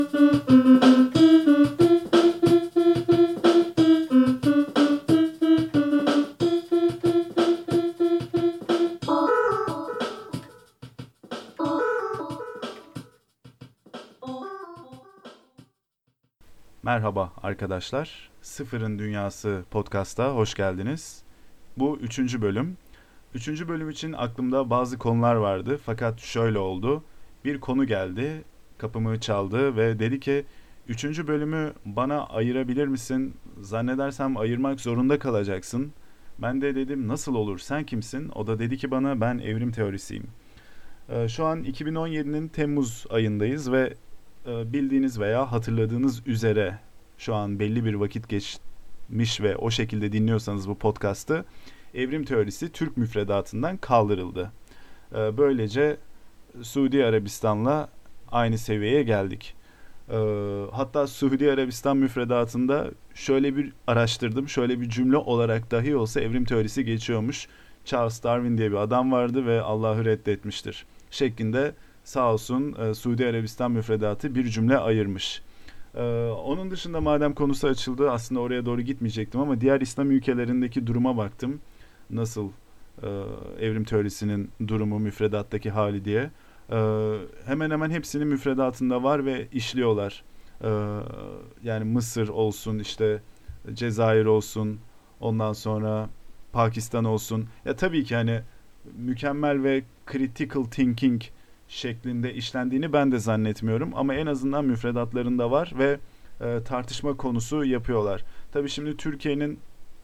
Merhaba arkadaşlar. Sıfırın Dünyası podcast'a hoş geldiniz. Bu 3. bölüm. 3. bölüm için aklımda bazı konular vardı fakat şöyle oldu. Bir konu geldi, kapımı çaldı ve dedi ki 3. bölümü bana ayırabilir misin? Zannedersem ayırmak zorunda kalacaksın. Ben de dedim nasıl olur, sen kimsin? O da dedi ki bana ben evrim teorisiyim. Şu an 2017'nin Temmuz ayındayız ve bildiğiniz veya hatırladığınız üzere şu an belli bir vakit geçmiş ve o şekilde dinliyorsanız bu podcast'ı evrim teorisi Türk müfredatından kaldırıldı. Böylece Suudi Arabistan'la aynı seviyeye geldik. Hatta Suudi Arabistan müfredatında şöyle bir araştırdım, şöyle bir cümle olarak dahi olsa evrim teorisi geçiyormuş. Charles Darwin diye bir adam vardı ve Allah'ı reddetmiştir şeklinde sağ olsun Suudi Arabistan müfredatı bir cümle ayırmış. Onun dışında madem konusu açıldı aslında oraya doğru gitmeyecektim ama diğer İslam ülkelerindeki duruma baktım. Nasıl evrim teorisinin durumu, müfredattaki hali diye. Hemen hemen hepsinin müfredatında var ve işliyorlar. Yani Mısır olsun, işte Cezayir olsun, ondan sonra Pakistan olsun. Ya tabii ki hani mükemmel ve critical thinking şeklinde işlendiğini ben de zannetmiyorum ama en azından müfredatlarında var ve tartışma konusu yapıyorlar. Tabii şimdi Türkiye'nin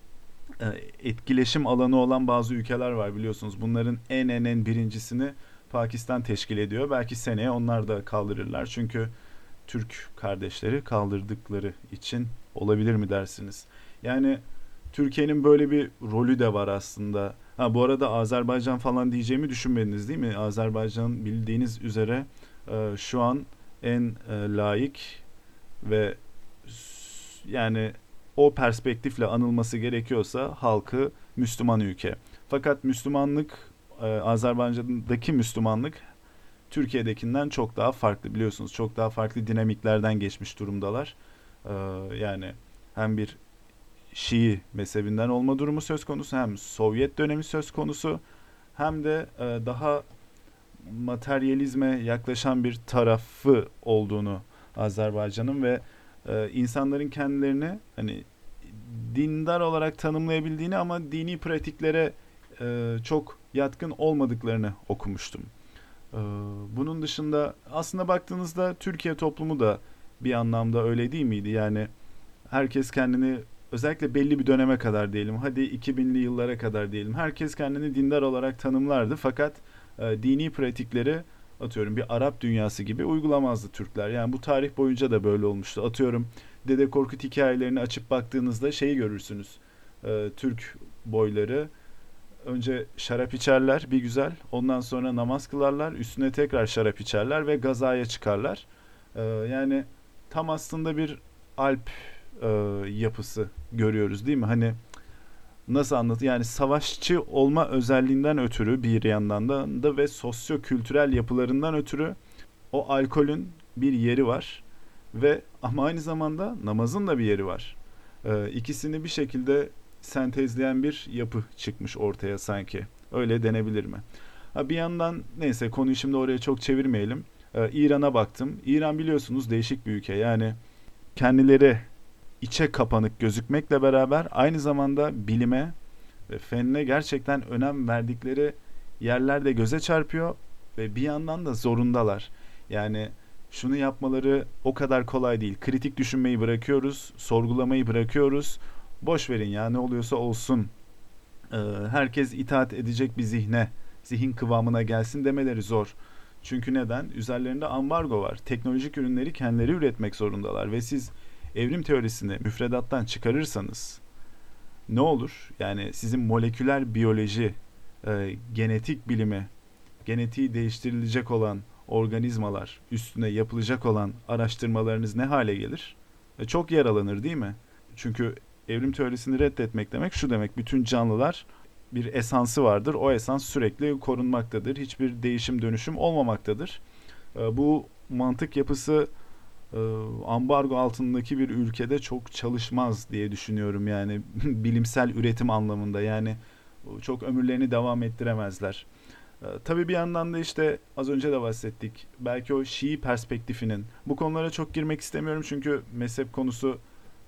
etkileşim alanı olan bazı ülkeler var biliyorsunuz. Bunların en birincisini Pakistan teşkil ediyor. Belki seneye onlar da kaldırırlar. Çünkü Türk kardeşleri kaldırdıkları için olabilir mi dersiniz? Yani Türkiye'nin böyle bir rolü de var aslında. Ha bu arada Azerbaycan falan diyeceğimi düşünmediniz değil mi? Azerbaycan bildiğiniz üzere şu an en layık ve yani o perspektifle anılması gerekiyorsa halkı Müslüman ülke. Fakat Müslümanlık Azerbaycan'daki Müslümanlık Türkiye'dekinden çok daha farklı biliyorsunuz. Çok daha farklı dinamiklerden geçmiş durumdalar. Yani hem bir Şii mezhebinden olma durumu söz konusu, hem Sovyet dönemi söz konusu, hem de daha materyalizme yaklaşan bir tarafı olduğunu Azerbaycan'ın ve insanların kendilerini hani dindar olarak tanımlayabildiğini ama dini pratiklere çok yatkın olmadıklarını okumuştum. Bunun dışında aslında baktığınızda Türkiye toplumu da bir anlamda öyle değil miydi? Yani herkes kendini özellikle belli bir döneme kadar diyelim, hadi 2000'li yıllara kadar diyelim, herkes kendini dindar olarak tanımlardı fakat dini pratikleri atıyorum bir Arap dünyası gibi uygulamazdı Türkler. Yani bu tarih boyunca da böyle olmuştu. Atıyorum Dede Korkut hikayelerini açıp baktığınızda şeyi görürsünüz. Türk boyları önce şarap içerler bir güzel, ondan sonra namaz kılarlar, üstüne tekrar şarap içerler ve gazaya çıkarlar. Yani tam aslında bir Alp yapısı görüyoruz değil mi? Hani nasıl yani savaşçı olma özelliğinden ötürü bir yandan da ve sosyo-kültürel yapılarından ötürü o alkolün bir yeri var ve ama aynı zamanda namazın da bir yeri var. İkisini bir şekilde sentezleyen bir yapı çıkmış ortaya sanki. Öyle denebilir mi? Ha, bir yandan neyse konuyu şimdi oraya çok çevirmeyelim. İran'a baktım. İran biliyorsunuz değişik bir ülke. Yani kendileri içe kapanık gözükmekle beraber aynı zamanda bilime ve fenine gerçekten önem verdikleri yerler de göze çarpıyor ve bir yandan da zorundalar. Yani şunu yapmaları o kadar kolay değil. Kritik düşünmeyi bırakıyoruz, sorgulamayı bırakıyoruz. Boş verin ya ne oluyorsa olsun. Herkes itaat edecek bir zihin kıvamına gelsin demeleri zor. Çünkü neden? Üzerlerinde ambargo var. Teknolojik ürünleri kendileri üretmek zorundalar ve siz evrim teorisini müfredattan çıkarırsanız ne olur? Yani sizin moleküler biyoloji, genetik bilimi, genetiği değiştirilecek olan organizmalar üstüne yapılacak olan araştırmalarınız ne hale gelir? Çok yaralanır değil mi? Çünkü evrim teorisini reddetmek demek şu demek: bütün canlılar bir esansı vardır. O esans sürekli korunmaktadır. Hiçbir değişim dönüşüm olmamaktadır. Bu mantık yapısı ambargo altındaki bir ülkede çok çalışmaz diye düşünüyorum yani bilimsel üretim anlamında yani çok ömürlerini devam ettiremezler. Tabii bir yandan da işte az önce de bahsettik. Belki o Şii perspektifinin bu konulara çok girmek istemiyorum çünkü mezhep konusu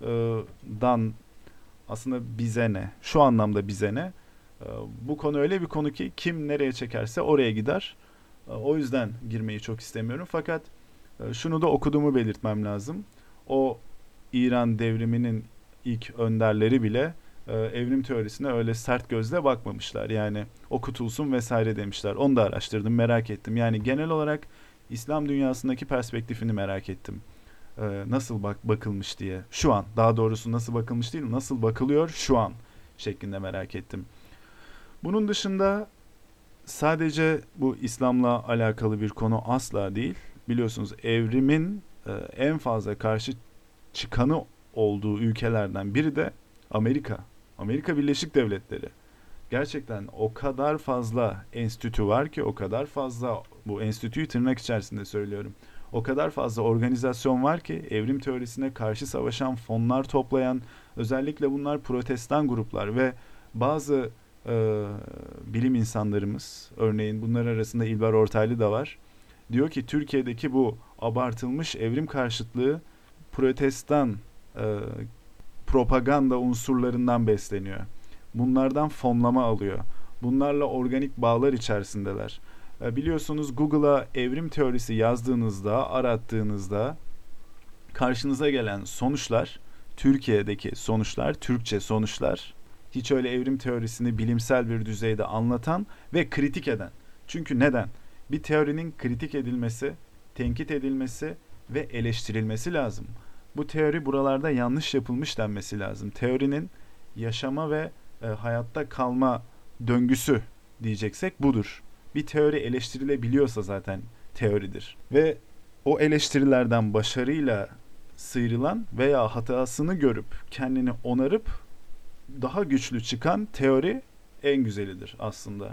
dan aslında bize ne? Şu anlamda bize ne? E, Bu konu öyle bir konu ki kim nereye çekerse oraya gider. O yüzden girmeyi çok istemiyorum. Fakat şunu da okuduğumu belirtmem lazım. O İran devriminin ilk önderleri bile evrim teorisine öyle sert gözle bakmamışlar. Yani okutulsun vesaire demişler. Onu da araştırdım, merak ettim. Yani genel olarak İslam dünyasındaki perspektifini merak ettim. Nasıl bakılmış diye. Şu an, daha doğrusu nasıl bakılmış değil, nasıl bakılıyor şu an şeklinde merak ettim. Bunun dışında sadece bu İslam'la alakalı bir konu asla değil. Biliyorsunuz evrimin en fazla karşı çıkanı olduğu ülkelerden biri de Amerika. Amerika Birleşik Devletleri. Gerçekten o kadar fazla enstitü var ki o kadar fazla bu enstitüyü tırnak içerisinde söylüyorum. O kadar fazla organizasyon var ki evrim teorisine karşı savaşan, fonlar toplayan, özellikle bunlar protestan gruplar ve bazı bilim insanlarımız, örneğin bunlar arasında İlber Ortaylı da var. Diyor ki Türkiye'deki bu abartılmış evrim karşıtlığı protestan e, propaganda unsurlarından besleniyor. Bunlardan fonlama alıyor. Bunlarla organik bağlar içerisindeler. Biliyorsunuz Google'a evrim teorisi yazdığınızda, arattığınızda karşınıza gelen sonuçlar, Türkiye'deki sonuçlar, Türkçe sonuçlar, hiç öyle evrim teorisini bilimsel bir düzeyde anlatan ve kritik eden. Çünkü neden? Bir teorinin kritik edilmesi, tenkit edilmesi ve eleştirilmesi lazım. Bu teori buralarda yanlış yapılmış denmesi lazım. Teorinin yaşama ve hayatta kalma döngüsü diyeceksek budur. Bir teori eleştirilebiliyorsa zaten teoridir. Ve o eleştirilerden başarıyla sıyrılan veya hatasını görüp kendini onarıp daha güçlü çıkan teori en güzelidir aslında.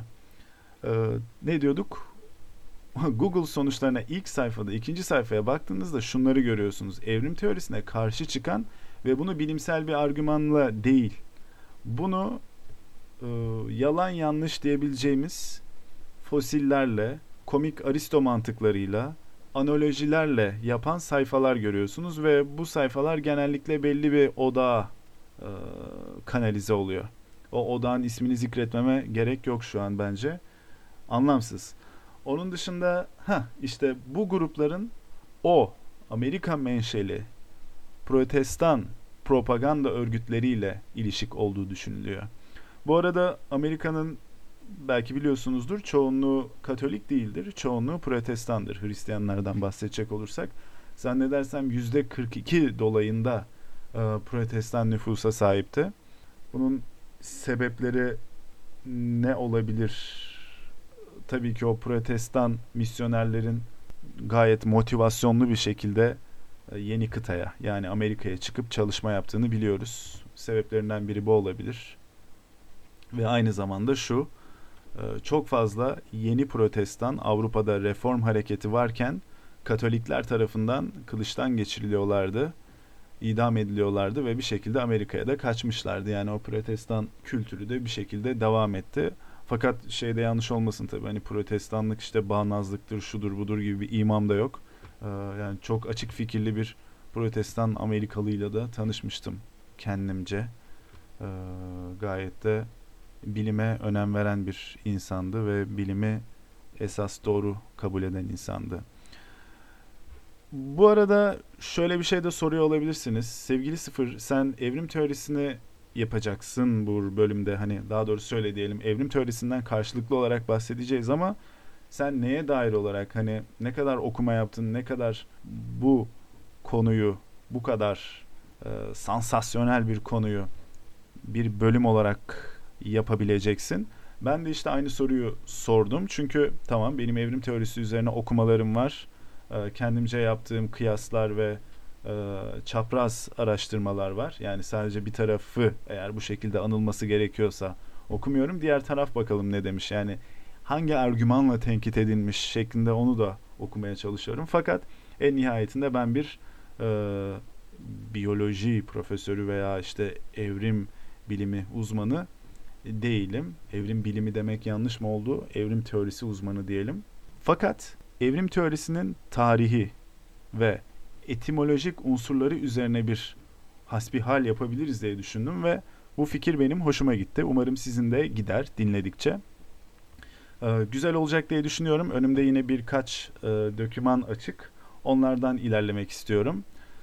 Ne diyorduk? Google sonuçlarına ilk sayfada, ikinci sayfaya baktığınızda şunları görüyorsunuz. Evrim teorisine karşı çıkan ve bunu bilimsel bir argümanla değil, bunu yalan yanlış diyebileceğimiz fosillerle, komik Aristo mantıklarıyla, analojilerle yapan sayfalar görüyorsunuz ve bu sayfalar genellikle belli bir odağa e, kanalize oluyor. O odağın ismini zikretmeme gerek yok şu an bence. Anlamsız. Onun dışında işte bu grupların o Amerika menşeli protestan propaganda örgütleriyle ilişik olduğu düşünülüyor. Bu arada Amerika'nın belki biliyorsunuzdur çoğunluğu Katolik değildir. Çoğunluğu Protestandır. Hristiyanlardan bahsedecek olursak. Zannedersem %42 dolayında Protestan nüfusa sahipti. Bunun sebepleri ne olabilir? Tabii ki o Protestan misyonerlerin gayet motivasyonlu bir şekilde yeni kıtaya yani Amerika'ya çıkıp çalışma yaptığını biliyoruz. Sebeplerinden biri bu olabilir. Ve aynı zamanda şu, çok fazla yeni protestan Avrupa'da reform hareketi varken Katolikler tarafından kılıçtan geçiriliyorlardı, idam ediliyorlardı ve bir şekilde Amerika'ya da kaçmışlardı. Yani o protestan kültürü de bir şekilde devam etti. Fakat şeyde yanlış olmasın tabii hani protestanlık işte bağnazlıktır, şudur budur gibi bir imam da yok. Yani çok açık fikirli bir protestan Amerikalıyla da tanışmıştım kendimce. Gayet de bilime önem veren bir insandı ve bilimi esas doğru kabul eden insandı. Bu arada şöyle bir şey de soruyor olabilirsiniz. Sevgili Sıfır, sen evrim teorisini yapacaksın bu bölümde. Hani daha doğrusu şöyle diyelim. Evrim teorisinden karşılıklı olarak bahsedeceğiz ama sen neye dair olarak hani ne kadar okuma yaptın, ne kadar bu konuyu bu kadar sansasyonel bir konuyu bir bölüm olarak yapabileceksin. Ben de işte aynı soruyu sordum. Çünkü tamam benim evrim teorisi üzerine okumalarım var. Kendimce yaptığım kıyaslar ve çapraz araştırmalar var. Yani sadece bir tarafı eğer bu şekilde anılması gerekiyorsa okumuyorum. Diğer taraf bakalım ne demiş. Yani hangi argümanla tenkit edilmiş şeklinde onu da okumaya çalışıyorum. Fakat en nihayetinde ben bir biyoloji profesörü veya işte evrim bilimi uzmanı değilim. Evrim bilimi demek yanlış mı oldu? Evrim teorisi uzmanı diyelim. Fakat evrim teorisinin tarihi ve etimolojik unsurları üzerine bir hasbihal yapabiliriz diye düşündüm ve bu fikir benim hoşuma gitti. Umarım sizin de gider dinledikçe. Güzel olacak diye düşünüyorum. Önümde yine birkaç doküman açık. Onlardan ilerlemek istiyorum.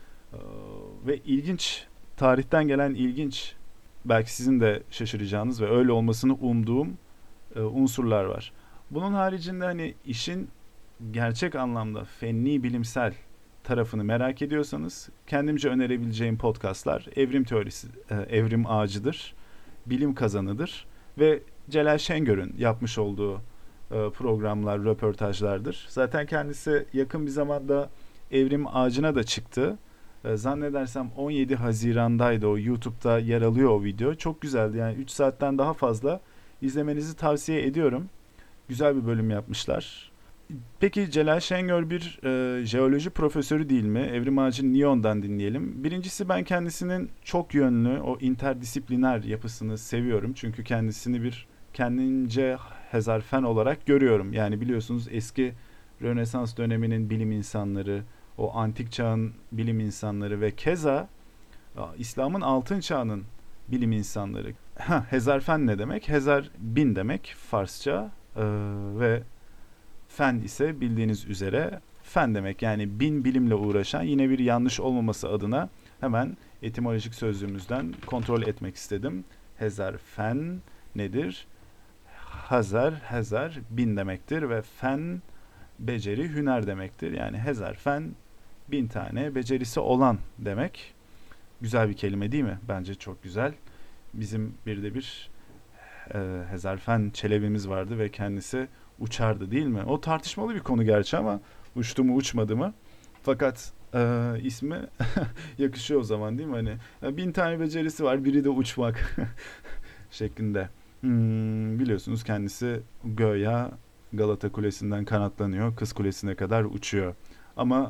Ve ilginç, tarihten gelen ilginç, belki sizin de şaşıracağınız ve öyle olmasını umduğum unsurlar var. Bunun haricinde hani işin gerçek anlamda fenni bilimsel tarafını merak ediyorsanız kendimce önerebileceğim podcastlar Evrim Teorisi, Evrim Ağacı'dır, Bilim Kazanı'dır ve Celal Şengör'ün yapmış olduğu programlar, röportajlardır. Zaten kendisi yakın bir zamanda Evrim Ağacı'na da çıktı. Zannedersem 17 Haziran'daydı o. YouTube'da yer alıyor o video. Çok güzeldi yani 3 saatten daha fazla izlemenizi tavsiye ediyorum. Güzel bir bölüm yapmışlar. Peki Celal Şengör bir jeoloji profesörü değil mi? Evrim Ağacı'nı niye ondan dinleyelim? Birincisi ben kendisinin çok yönlü, o interdisipliner yapısını seviyorum. Çünkü kendisini bir kendince hezarfen olarak görüyorum. Yani biliyorsunuz eski Rönesans döneminin bilim insanları, o antik çağın bilim insanları ve keza İslam'ın altın çağının bilim insanları. Hezarfen ne demek? Hezar bin demek Farsça ve fen ise bildiğiniz üzere fen demek. Yani bin bilimle uğraşan, yine bir yanlış olmaması adına hemen etimolojik sözlüğümüzden kontrol etmek istedim. Hezarfen nedir? Hezar bin demektir ve fen beceri, hüner demektir. Yani hezarfen 1000 tane becerisi olan demek. Güzel bir kelime değil mi? Bence çok güzel. Bizim bir Hezarfen Çelebi'miz vardı ve kendisi uçardı değil mi? O tartışmalı bir konu gerçi ama uçtu mu uçmadı mı? Fakat ismi yakışıyor o zaman değil mi? Hani 1000 tane becerisi var, biri de uçmak şeklinde. Biliyorsunuz kendisi göya Galata Kulesi'nden kanatlanıyor, Kız Kulesi'ne kadar uçuyor. Ama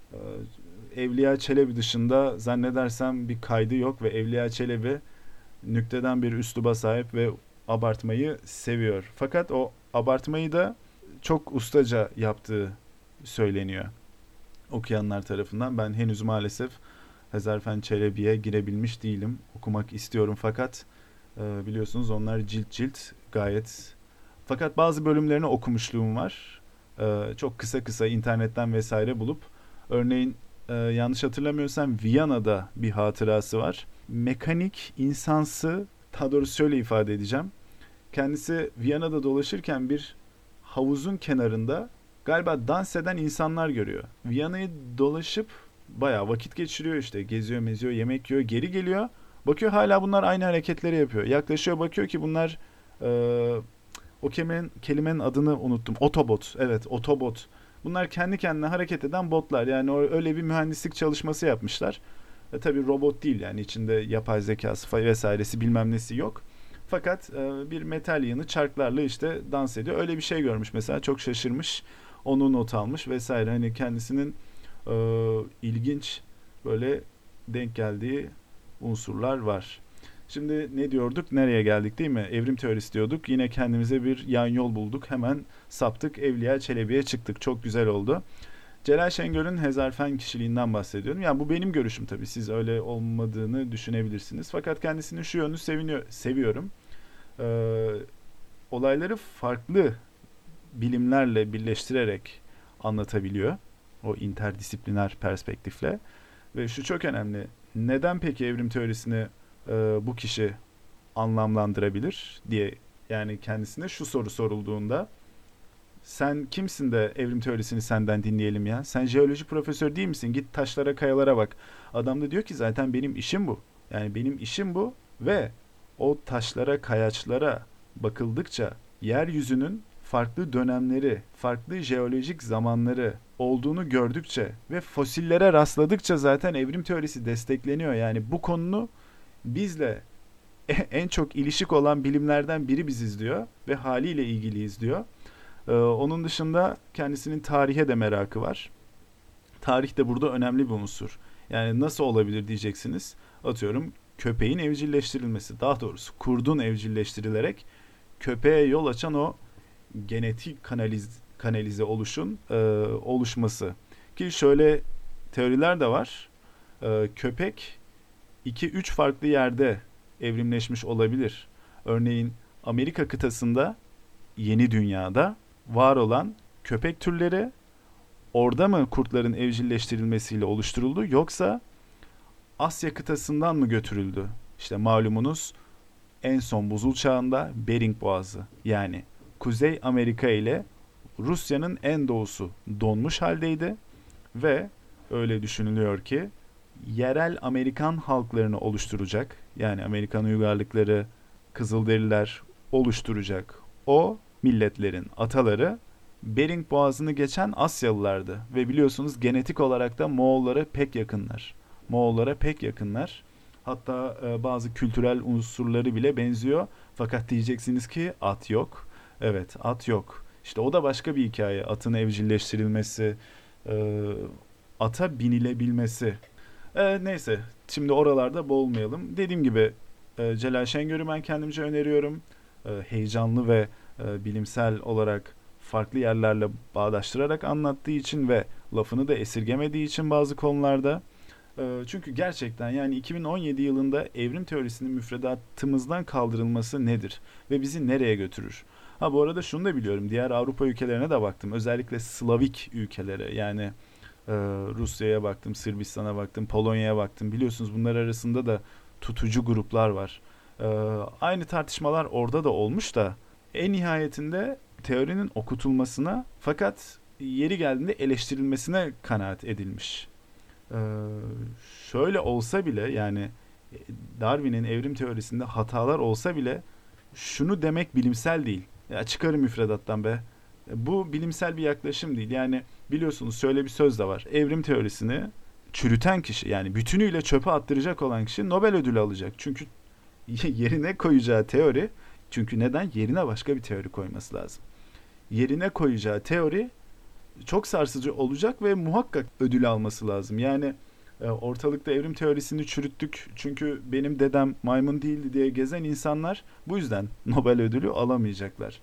Evliya Çelebi dışında zannedersem bir kaydı yok ve Evliya Çelebi nükteden bir üsluba sahip ve abartmayı seviyor. Fakat o abartmayı da çok ustaca yaptığı söyleniyor okuyanlar tarafından. Ben henüz maalesef Hezarfen Çelebi'ye girebilmiş değilim. Okumak istiyorum fakat biliyorsunuz onlar cilt cilt gayet. Fakat bazı bölümlerini okumuşluğum var. Çok kısa kısa internetten vesaire bulup örneğin yanlış hatırlamıyorsam Viyana'da bir hatırası var. Mekanik, insansı, daha doğrusu şöyle ifade edeceğim. Kendisi Viyana'da dolaşırken bir havuzun kenarında galiba dans eden insanlar görüyor. Viyana'yı dolaşıp bayağı vakit geçiriyor, işte geziyor, meziyor, yemek yiyor, geri geliyor. Bakıyor hala bunlar aynı hareketleri yapıyor. Yaklaşıyor, bakıyor ki bunlar o kelimenin adını unuttum. Otobot. Evet, otobot. Bunlar kendi kendine hareket eden botlar. Yani öyle bir mühendislik çalışması yapmışlar. Tabii robot değil, yani içinde yapay zekası vesairesi bilmem nesi yok. Fakat bir metal yığını çarklarla işte dans ediyor. Öyle bir şey görmüş mesela, çok şaşırmış. Onu not almış vesaire. Hani kendisinin ilginç böyle denk geldiği unsurlar var. Şimdi ne diyorduk? Nereye geldik değil mi? Evrim teorisi diyorduk. Yine kendimize bir yan yol bulduk. Hemen saptık. Evliya Çelebi'ye çıktık. Çok güzel oldu. Celal Şengör'ün Hezarfen kişiliğinden bahsediyorum. Yani bu benim görüşüm tabii. Siz öyle olmadığını düşünebilirsiniz. Fakat kendisinin şu yönünü seviyorum. Olayları farklı bilimlerle birleştirerek anlatabiliyor. O interdisipliner perspektifle. Ve şu çok önemli. Neden peki evrim teorisini bu kişi anlamlandırabilir diye, yani kendisine şu soru sorulduğunda, sen kimsin de evrim teorisini senden dinleyelim ya? Sen jeoloji profesörü değil misin? Git taşlara, kayalara bak. Adam da diyor ki zaten benim işim bu. Yani benim işim bu ve o taşlara, kayaçlara bakıldıkça yeryüzünün farklı dönemleri, farklı jeolojik zamanları olduğunu gördükçe ve fosillere rastladıkça zaten evrim teorisi destekleniyor. Yani bu konunu bizle en çok ilişik olan bilimlerden biri biziz diyor ve haliyle ilgiliyiz diyor. Onun dışında kendisinin tarihe de merakı var. Tarih de burada önemli bir unsur. Yani nasıl olabilir diyeceksiniz. Atıyorum köpeğin evcilleştirilmesi, daha doğrusu kurdun evcilleştirilerek köpeğe yol açan o genetik kanalize oluşması. Ki şöyle teoriler de var. Köpek 2-3 farklı yerde evrimleşmiş olabilir. Örneğin Amerika kıtasında, Yeni Dünya'da var olan köpek türleri orada mı kurtların evcilleştirilmesiyle oluşturuldu, yoksa Asya kıtasından mı götürüldü? İşte malumunuz en son buzul çağında Bering Boğazı, yani Kuzey Amerika ile Rusya'nın en doğusu donmuş haldeydi ve öyle düşünülüyor ki yerel Amerikan halklarını oluşturacak, yani Amerikan uygarlıkları, Kızılderililer oluşturacak o milletlerin ataları Bering Boğazı'nı geçen Asyalılardı ve biliyorsunuz genetik olarak da Moğollara pek yakınlar. Moğollara pek yakınlar. Hatta bazı kültürel unsurları bile benziyor. Fakat diyeceksiniz ki at yok. Evet, at yok. İşte o da başka bir hikaye. Atın evcilleştirilmesi, e, ata binilebilmesi. Neyse, şimdi oralarda boğulmayalım. Dediğim gibi Celal Şengör'ü ben kendimce öneriyorum. Heyecanlı ve bilimsel olarak farklı yerlerle bağdaştırarak anlattığı için ve lafını da esirgemediği için bazı konularda. Çünkü gerçekten yani 2017 yılında evrim teorisinin müfredatımızdan kaldırılması nedir ve bizi nereye götürür? Ha, bu arada şunu da biliyorum. Diğer Avrupa ülkelerine de baktım. Özellikle Slavik ülkelere, yani Rusya'ya baktım, Sırbistan'a baktım, Polonya'ya baktım. Biliyorsunuz bunlar arasında da tutucu gruplar var. Ee, Aynı tartışmalar orada da olmuş da en nihayetinde teorinin okutulmasına, fakat yeri geldiğinde eleştirilmesine kanaat edilmiş. Ee, Şöyle olsa bile, yani Darwin'in evrim teorisinde hatalar olsa bile şunu demek bilimsel değil. Ya çıkarım müfredattan be. Bu bilimsel bir yaklaşım değil. Yani biliyorsunuz şöyle bir söz de var. Evrim teorisini çürüten kişi, yani bütünüyle çöpe attıracak olan kişi Nobel ödülü alacak. Çünkü yerine koyacağı teori, çünkü neden? Yerine başka bir teori koyması lazım. Yerine koyacağı teori çok sarsıcı olacak ve muhakkak ödül alması lazım. Yani ortalıkta evrim teorisini çürüttük çünkü benim dedem maymun değildi diye gezen insanlar bu yüzden Nobel ödülü alamayacaklar.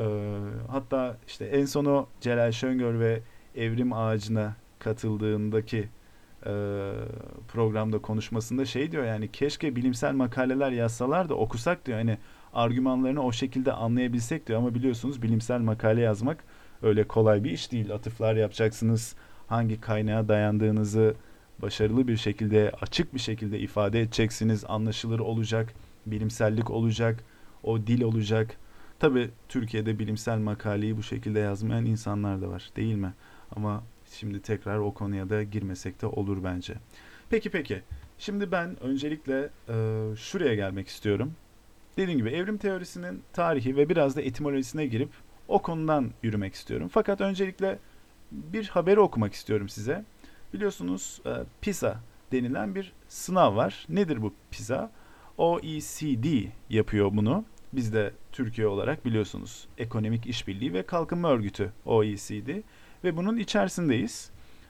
Hatta işte en son o Celal Şengör ve Evrim Ağacı'na katıldığındaki e, programda konuşmasında şey diyor, yani keşke bilimsel makaleler yazsalar da okusak diyor. Hani argümanlarını o şekilde anlayabilsek diyor, ama biliyorsunuz bilimsel makale yazmak öyle kolay bir iş değil. Atıflar yapacaksınız. Hangi kaynağa dayandığınızı başarılı bir şekilde, açık bir şekilde ifade edeceksiniz. Anlaşılır olacak, bilimsellik olacak, o dil olacak. Tabii Türkiye'de bilimsel makaleyi bu şekilde yazmayan insanlar da var, değil mi? Ama şimdi tekrar o konuya da girmesek de olur bence. Peki. Şimdi ben öncelikle şuraya gelmek istiyorum. Dediğim gibi evrim teorisinin tarihi ve biraz da etimolojisine girip o konudan yürümek istiyorum. Fakat öncelikle bir haberi okumak istiyorum size. Biliyorsunuz PISA denilen bir sınav var. Nedir bu PISA? OECD yapıyor bunu. Biz de Türkiye olarak biliyorsunuz Ekonomik İşbirliği ve Kalkınma Örgütü, OECD, ve bunun içerisindeyiz.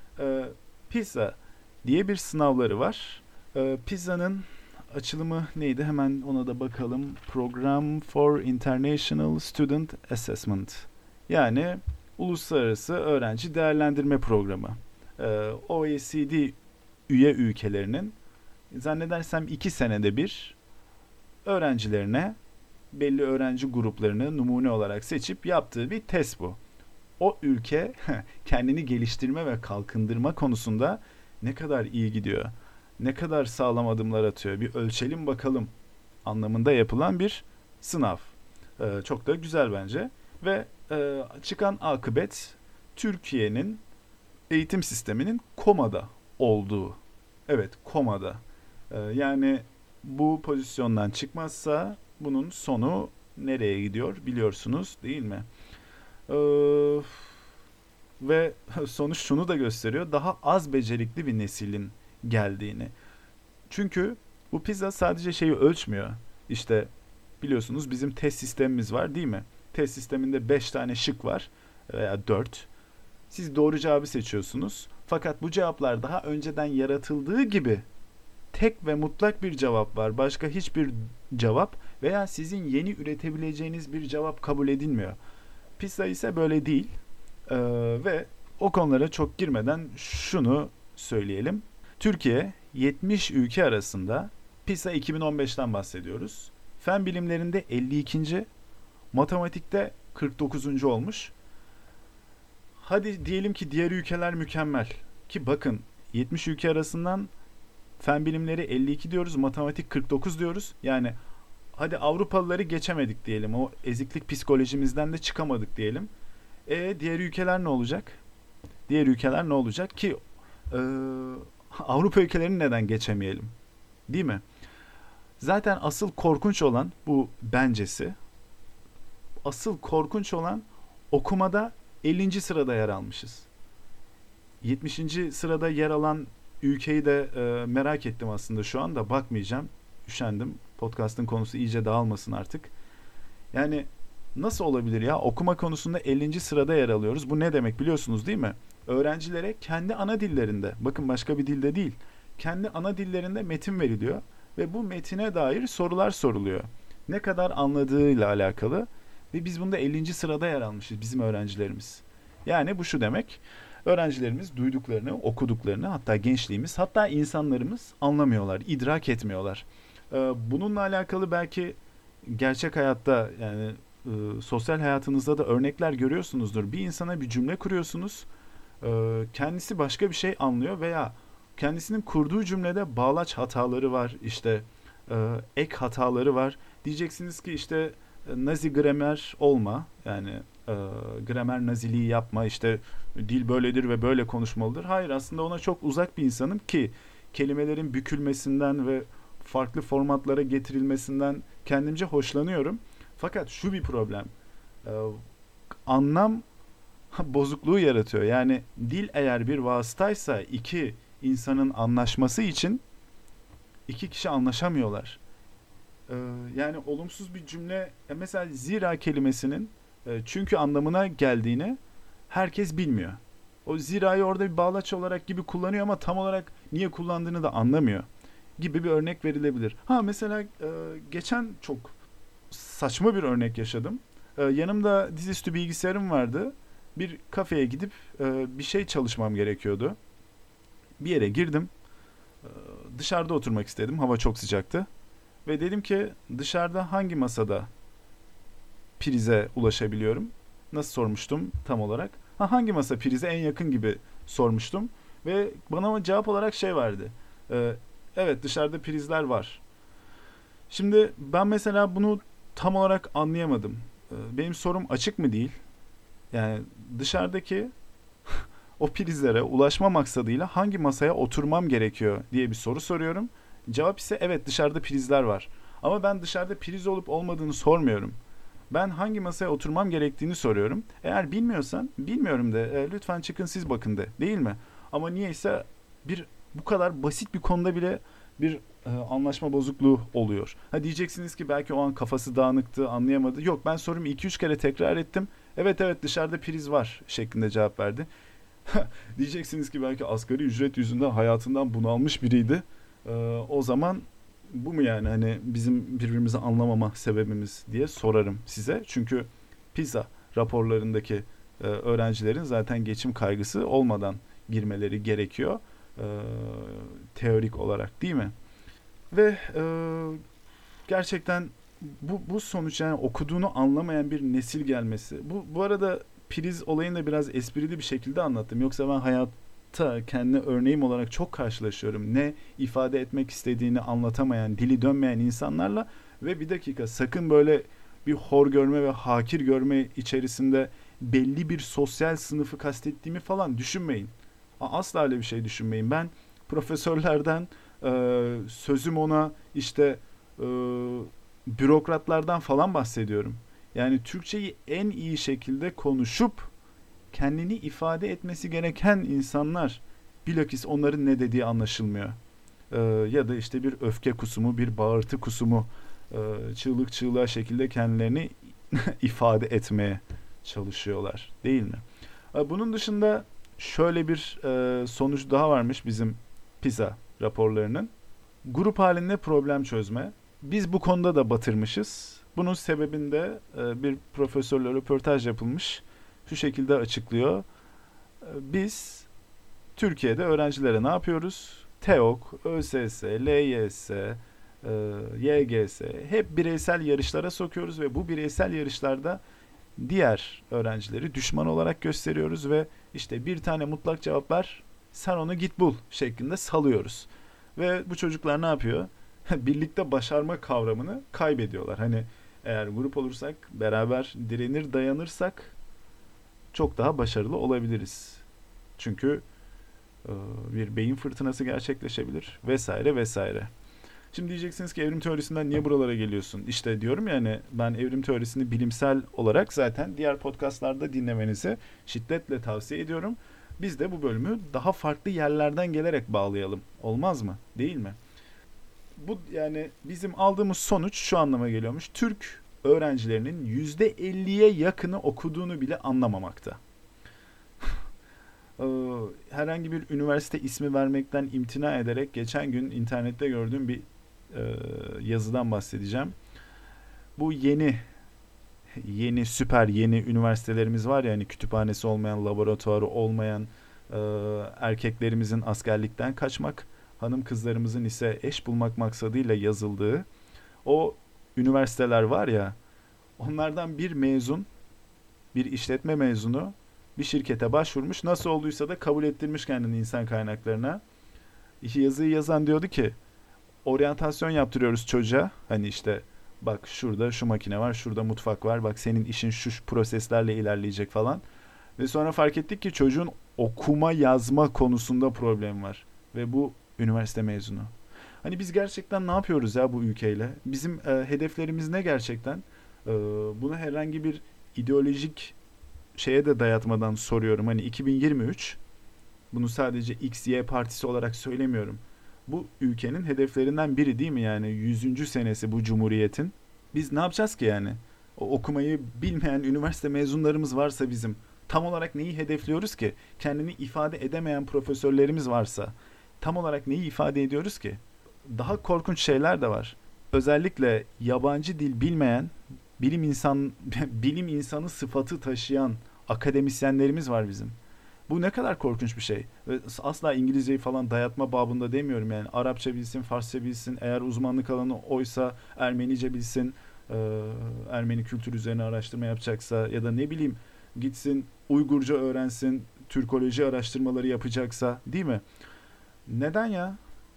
PISA diye bir sınavları var. PISA'nın açılımı neydi? Hemen ona da bakalım. Program for International Student Assessment. Yani Uluslararası Öğrenci Değerlendirme Programı. OECD üye ülkelerinin zannedersem 2 senede bir öğrencilerine belli öğrenci gruplarını numune olarak seçip yaptığı bir test bu. O ülke kendini geliştirme ve kalkındırma konusunda ne kadar iyi gidiyor, ne kadar sağlam adımlar atıyor, bir ölçelim bakalım anlamında yapılan bir sınav. Çok da güzel bence. Ve çıkan akıbet Türkiye'nin eğitim sisteminin komada olduğu. Evet, komada. Yani bu pozisyondan çıkmazsa bunun sonu nereye gidiyor biliyorsunuz, değil mi? Ee, Ve sonuç şunu da gösteriyor. Daha az becerikli bir neslin geldiğini. Çünkü bu PISA sadece şeyi ölçmüyor. İşte biliyorsunuz bizim test sistemimiz var, değil mi? Test sisteminde 5 tane şık var veya 4. Siz doğru cevabı seçiyorsunuz. Fakat bu cevaplar daha önceden yaratıldığı gibi tek ve mutlak bir cevap var. Başka hiçbir cevap veya sizin yeni üretebileceğiniz bir cevap kabul edilmiyor. PISA ise böyle değil. Ve o konulara çok girmeden şunu söyleyelim. Türkiye 70 ülke arasında, PISA 2015'ten bahsediyoruz, fen bilimlerinde 52. Matematikte 49. olmuş. Hadi diyelim ki diğer ülkeler mükemmel. Ki bakın, 70 ülke arasından fen bilimleri 52 diyoruz, matematik 49 diyoruz. Yani hadi Avrupalıları geçemedik diyelim. O eziklik psikolojimizden de çıkamadık diyelim. Diğer ülkeler ne olacak? Diğer ülkeler ne olacak ki e, Avrupa ülkelerini neden geçemeyelim? Değil mi? Zaten asıl korkunç olan bu bencesi. Asıl korkunç olan okumada 50. sırada yer almışız. 70. sırada yer alan ülkeyi de merak ettim aslında, şu anda bakmayacağım. Üşendim. Podcast'ın konusu iyice dağılmasın artık. Yani nasıl olabilir ya? Okuma konusunda 50. sırada yer alıyoruz. Bu ne demek biliyorsunuz değil mi? Öğrencilere kendi ana dillerinde, bakın başka bir dilde değil, kendi ana dillerinde metin veriliyor ve bu metine dair sorular soruluyor. Ne kadar anladığıyla alakalı ve biz bunda 50. sırada yer almışız, bizim öğrencilerimiz. Yani bu şu demek: öğrencilerimiz duyduklarını, okuduklarını, hatta gençliğimiz, hatta insanlarımız anlamıyorlar, idrak etmiyorlar. Bununla alakalı belki gerçek hayatta, yani sosyal hayatınızda da örnekler görüyorsunuzdur. Bir insana bir cümle kuruyorsunuz, kendisi başka bir şey anlıyor veya kendisinin kurduğu cümlede bağlaç hataları var, işte ek hataları var. Diyeceksiniz ki işte nazi gramer olma, yani gramer naziliği yapma, işte dil böyledir ve böyle konuşmalıdır. Hayır, aslında ona çok uzak bir insanım ki kelimelerin bükülmesinden ve farklı formatlara getirilmesinden kendimce hoşlanıyorum. Fakat şu bir problem. Ee, Anlam bozukluğu yaratıyor. Yani dil eğer bir vasıtaysa iki insanın anlaşması için, iki kişi anlaşamıyorlar. Yani olumsuz bir cümle, mesela zira kelimesinin çünkü anlamına geldiğini herkes bilmiyor. O zirayı orada bir bağlaç olarak gibi kullanıyor ama tam olarak niye kullandığını da anlamıyor gibi bir örnek verilebilir. Ha mesela geçen çok saçma bir örnek yaşadım. Yanımda dizüstü bilgisayarım vardı. Bir kafeye gidip bir şey çalışmam gerekiyordu. Bir yere girdim. E, Dışarıda oturmak istedim. Hava çok sıcaktı. Ve dedim ki dışarıda hangi masada prize ulaşabiliyorum? Nasıl sormuştum tam olarak? Hangi masa prize en yakın gibi sormuştum. Ve bana cevap olarak şey verdi. E, evet, dışarıda prizler var. Şimdi ben mesela bunu tam olarak anlayamadım. Benim sorum açık mı değil? Yani dışarıdaki o prizlere ulaşma maksadıyla hangi masaya oturmam gerekiyor diye bir soru soruyorum. Cevap ise evet, dışarıda prizler var. Ama ben dışarıda priz olup olmadığını sormuyorum. Ben hangi masaya oturmam gerektiğini soruyorum. Eğer bilmiyorsan bilmiyorum de, lütfen çıkın siz bakın de, değil mi? Ama niyeyse bu kadar basit bir konuda bile bir anlaşma bozukluğu oluyor. Ha, diyeceksiniz ki belki o an kafası dağınıktı, anlayamadı. Yok, ben sorumu 2-3 kere tekrar ettim. Evet evet, dışarıda priz var şeklinde cevap verdi. Diyeceksiniz ki belki asgari ücret yüzünden hayatından bunalmış biriydi. O zaman bu mu yani hani bizim birbirimizi anlamama sebebimiz diye sorarım size. Çünkü PISA raporlarındaki öğrencilerin zaten geçim kaygısı olmadan girmeleri gerekiyor. E, Teorik olarak, değil mi? Ve gerçekten bu sonuç, yani okuduğunu anlamayan bir nesil gelmesi. Bu arada priz olayını da biraz esprili bir şekilde anlattım. Yoksa ben hayatta kendi örneğim olarak çok karşılaşıyorum. Ne ifade etmek istediğini anlatamayan, dili dönmeyen insanlarla. Ve bir dakika, sakın böyle bir hor görme ve hakir görme içerisinde belli bir sosyal sınıfı kastettiğimi falan düşünmeyin. Asla öyle bir şey düşünmeyin. Ben profesörlerden, sözüm ona işte e, bürokratlardan falan bahsediyorum. Yani Türkçeyi en iyi şekilde konuşup kendini ifade etmesi gereken insanlar, bilakis onların ne dediği anlaşılmıyor. Ya da işte bir öfke kusumu, bir bağırtı kusumu, çığlık çığlığa şekilde kendilerini ifade etmeye çalışıyorlar, değil mi? Bunun dışında Şöyle bir sonuç daha varmış bizim PISA raporlarının. Grup halinde problem çözme. Biz bu konuda da batırmışız. Bunun sebebinde bir profesörle röportaj yapılmış. Şu şekilde açıklıyor. Biz Türkiye'de öğrencilere ne yapıyoruz? TEOK, ÖSS, LYS, YGS hep bireysel yarışlara sokuyoruz ve bu bireysel yarışlarda diğer öğrencileri düşman olarak gösteriyoruz ve işte bir tane mutlak cevap ver, sen onu git bul şeklinde salıyoruz. Ve bu çocuklar ne yapıyor? Birlikte başarma kavramını kaybediyorlar. Hani eğer grup olursak, beraber direnir, dayanırsak çok daha başarılı olabiliriz. Çünkü bir beyin fırtınası gerçekleşebilir vesaire vesaire. Şimdi diyeceksiniz ki evrim teorisinden niye buralara geliyorsun? İşte diyorum ya, hani ben evrim teorisini bilimsel olarak zaten diğer podcastlarda dinlemenizi şiddetle tavsiye ediyorum. Biz de bu bölümü daha farklı yerlerden gelerek bağlayalım. Olmaz mı? Değil mi? Bu yani bizim aldığımız sonuç şu anlama geliyormuş. Türk öğrencilerinin %50'ye yakını okuduğunu bile anlamamakta. Herhangi bir üniversite ismi vermekten imtina ederek geçen gün internette gördüğüm bir yazıdan bahsedeceğim. Bu yeni süper yeni üniversitelerimiz var ya, hani kütüphanesi olmayan, laboratuvarı olmayan, erkeklerimizin askerlikten kaçmak, hanım kızlarımızın ise eş bulmak maksadıyla yazıldığı o üniversiteler var ya, onlardan bir işletme mezunu bir şirkete başvurmuş. Nasıl olduysa da kabul ettirmiş kendini insan kaynaklarına. Yazıyı yazan diyordu ki, oryantasyon yaptırıyoruz çocuğa. Hani işte bak şurada şu makine var, şurada mutfak var. Bak senin işin şu proseslerle ilerleyecek falan. Ve sonra fark ettik ki çocuğun okuma yazma konusunda problem var. Ve bu üniversite mezunu. Hani biz gerçekten ne yapıyoruz ya bu ülkeyle? Bizim hedeflerimiz ne gerçekten? Bunu herhangi bir ideolojik şeye de dayatmadan soruyorum. Hani 2023, bunu sadece X, Y partisi olarak söylemiyorum. Bu ülkenin hedeflerinden biri değil mi yani? 100. senesi bu cumhuriyetin. Biz ne yapacağız ki yani? O okumayı bilmeyen üniversite mezunlarımız varsa bizim tam olarak neyi hedefliyoruz ki? Kendini ifade edemeyen profesörlerimiz varsa tam olarak neyi ifade ediyoruz ki? Daha korkunç şeyler de var. Özellikle yabancı dil bilmeyen, bilim insan bilim insanı sıfatı taşıyan akademisyenlerimiz var bizim. Bu ne kadar korkunç bir şey. Ve asla İngilizceyi falan dayatma babında demiyorum yani. Arapça bilsin, Farsça bilsin, eğer uzmanlık alanı oysa Ermenice bilsin, Ermeni kültürü üzerine araştırma yapacaksa ya da ne bileyim gitsin Uygurca öğrensin, Türkoloji araştırmaları yapacaksa, değil mi? Neden ya?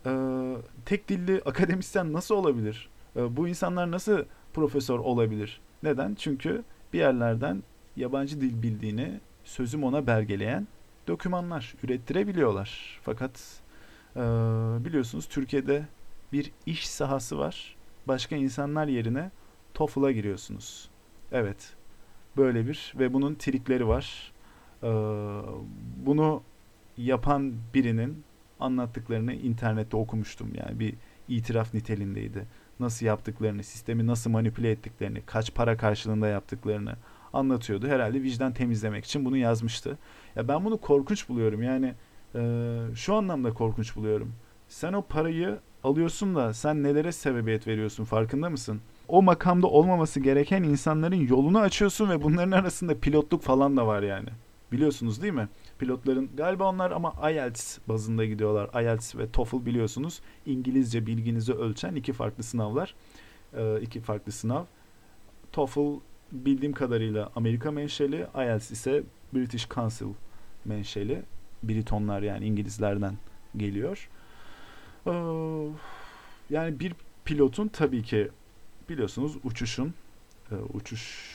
Tek dilli akademisyen nasıl olabilir? Bu insanlar nasıl profesör olabilir? Neden? Çünkü bir yerlerden yabancı dil bildiğini sözüm ona belgeleyen dokümanlar ürettirebiliyorlar. Fakat biliyorsunuz Türkiye'de bir iş sahası var. Başka insanlar yerine TOEFL'a giriyorsunuz. Evet, böyle bir ve bunun trikleri var. Eee, Bunu yapan birinin anlattıklarını internette okumuştum. Yani bir itiraf niteliğindeydi. Nasıl yaptıklarını, sistemi nasıl manipüle ettiklerini, kaç para karşılığında yaptıklarını anlatıyordu. Herhalde vicdan temizlemek için bunu yazmıştı. Ya ben bunu korkunç buluyorum. Yani şu anlamda korkunç buluyorum. Sen o parayı alıyorsun da sen nelere sebebiyet veriyorsun, farkında mısın? O makamda olmaması gereken insanların yolunu açıyorsun ve bunların arasında pilotluk falan da var yani. Biliyorsunuz değil mi? Pilotların galiba onlar ama IELTS bazında gidiyorlar. IELTS ve TOEFL biliyorsunuz. İngilizce bilginizi ölçen iki farklı sınavlar. İki farklı sınav. TOEFL bildiğim kadarıyla Amerika menşeli, IELTS ise British Council menşeli. Britonlar yani İngilizlerden geliyor. Ee, Yani bir pilotun tabii ki biliyorsunuz uçuş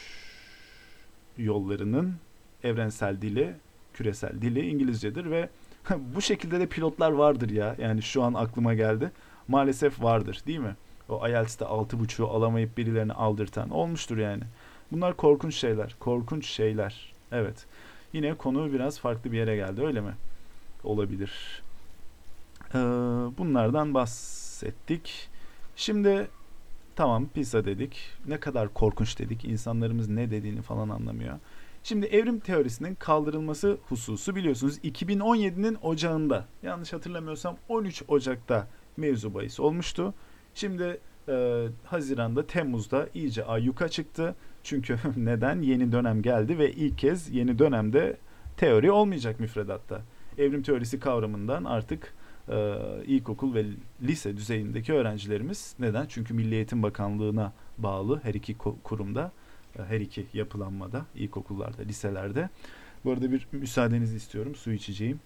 yollarının evrensel dili, küresel dili İngilizcedir ve bu şekilde de pilotlar vardır ya. Yani şu an aklıma geldi. Maalesef vardır, değil mi? O IELTS'te 6.5'u alamayıp birilerini aldırtan olmuştur yani. Bunlar korkunç şeyler. Korkunç şeyler. Evet. Yine konu biraz farklı bir yere geldi, öyle mi? Olabilir. Ee, Bunlardan bahsettik. Şimdi tamam, pizza dedik. Ne kadar korkunç dedik. İnsanlarımız ne dediğini falan anlamıyor. Şimdi evrim teorisinin kaldırılması hususu biliyorsunuz 2017'nin ocağında, yanlış hatırlamıyorsam 13 Ocak'ta mevzu bahis olmuştu. Şimdi Haziran'da, Temmuz'da iyice ayyuka çıktı. Çünkü neden? Yeni dönem geldi ve ilk kez yeni dönemde teori olmayacak müfredatta. Evrim teorisi kavramından artık ilkokul ve lise düzeyindeki öğrencilerimiz, neden? Çünkü Milli Eğitim Bakanlığı'na bağlı her iki kurumda, her iki yapılanmada, ilkokullarda, liselerde. Bu arada bir müsaadenizi istiyorum, su içeceğim.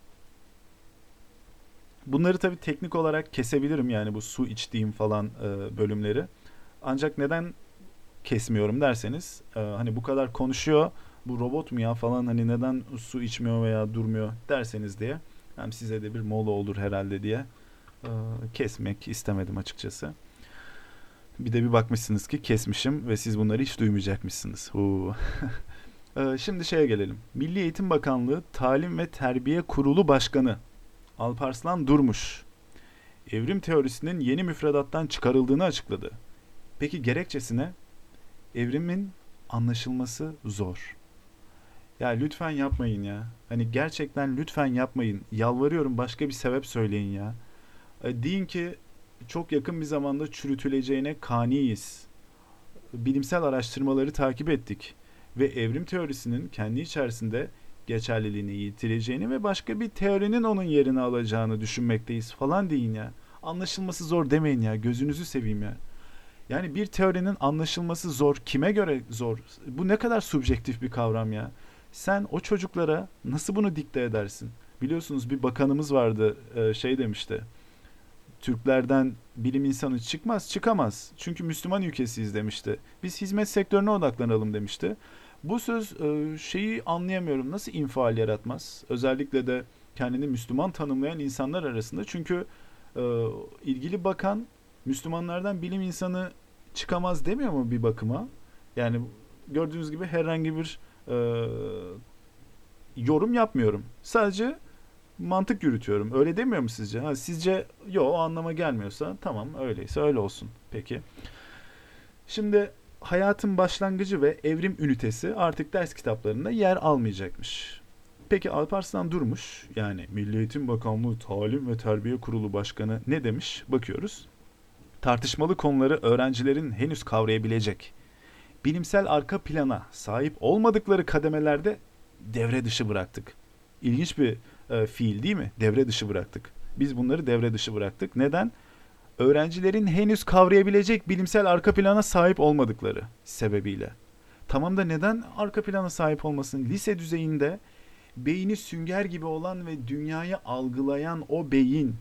Bunları tabii teknik olarak kesebilirim, yani bu su içtiğim falan bölümleri. Ancak neden kesmiyorum derseniz, hani bu kadar konuşuyor, bu robot mu ya falan, hani neden su içmiyor veya durmuyor derseniz diye, hem size de bir mola olur herhalde diye kesmek istemedim açıkçası. Bir bakmışsınız ki kesmişim ve siz bunları hiç duymayacakmışsınız. Şimdi şeye gelelim. Milli Eğitim Bakanlığı Talim ve Terbiye Kurulu Başkanı Alparslan Durmuş, evrim teorisinin yeni müfredattan çıkarıldığını açıkladı. Peki gerekçesine, evrimin anlaşılması zor. Ya lütfen yapmayın ya. Hani gerçekten lütfen yapmayın. Yalvarıyorum, başka bir sebep söyleyin ya. Deyin ki çok yakın bir zamanda çürütüleceğine kaniyiz. Bilimsel araştırmaları takip ettik ve evrim teorisinin kendi içerisinde geçerliliğini yitireceğini ve başka bir teorinin onun yerini alacağını düşünmekteyiz falan deyin ya. Anlaşılması zor demeyin ya. Gözünüzü seveyim ya. Yani bir teorinin anlaşılması zor. Kime göre zor? Bu ne kadar subjektif bir kavram ya. Sen o çocuklara nasıl bunu dikte edersin? Biliyorsunuz bir bakanımız vardı, şey demişti. Türklerden bilim insanı çıkamaz. Çünkü Müslüman ülkesiyiz demişti. Biz hizmet sektörüne odaklanalım demişti. Bu söz şeyi anlayamıyorum. Nasıl infial yaratmaz? Özellikle de kendini Müslüman tanımlayan insanlar arasında. Çünkü ilgili bakan Müslümanlardan bilim insanı çıkamaz demiyor mu bir bakıma? Yani gördüğünüz gibi herhangi bir e, yorum yapmıyorum. Sadece mantık yürütüyorum. Öyle demiyor mu sizce? Ha, sizce yo, o anlama gelmiyorsa tamam, öyleyse öyle olsun. Peki. Şimdi hayatın başlangıcı ve evrim ünitesi artık ders kitaplarında yer almayacakmış. Peki Alparslan Durmuş, yani Milli Eğitim Bakanlığı Talim ve Terbiye Kurulu Başkanı ne demiş? Bakıyoruz. Tartışmalı konuları öğrencilerin henüz kavrayabilecek, bilimsel arka plana sahip olmadıkları kademelerde devre dışı bıraktık. İlginç bir fiil değil mi? Devre dışı bıraktık. Biz bunları devre dışı bıraktık. Neden? Öğrencilerin henüz kavrayabilecek bilimsel arka plana sahip olmadıkları sebebiyle. Tamam da neden arka plana sahip olmasın? Lise düzeyinde beyni sünger gibi olan ve dünyayı algılayan o beyin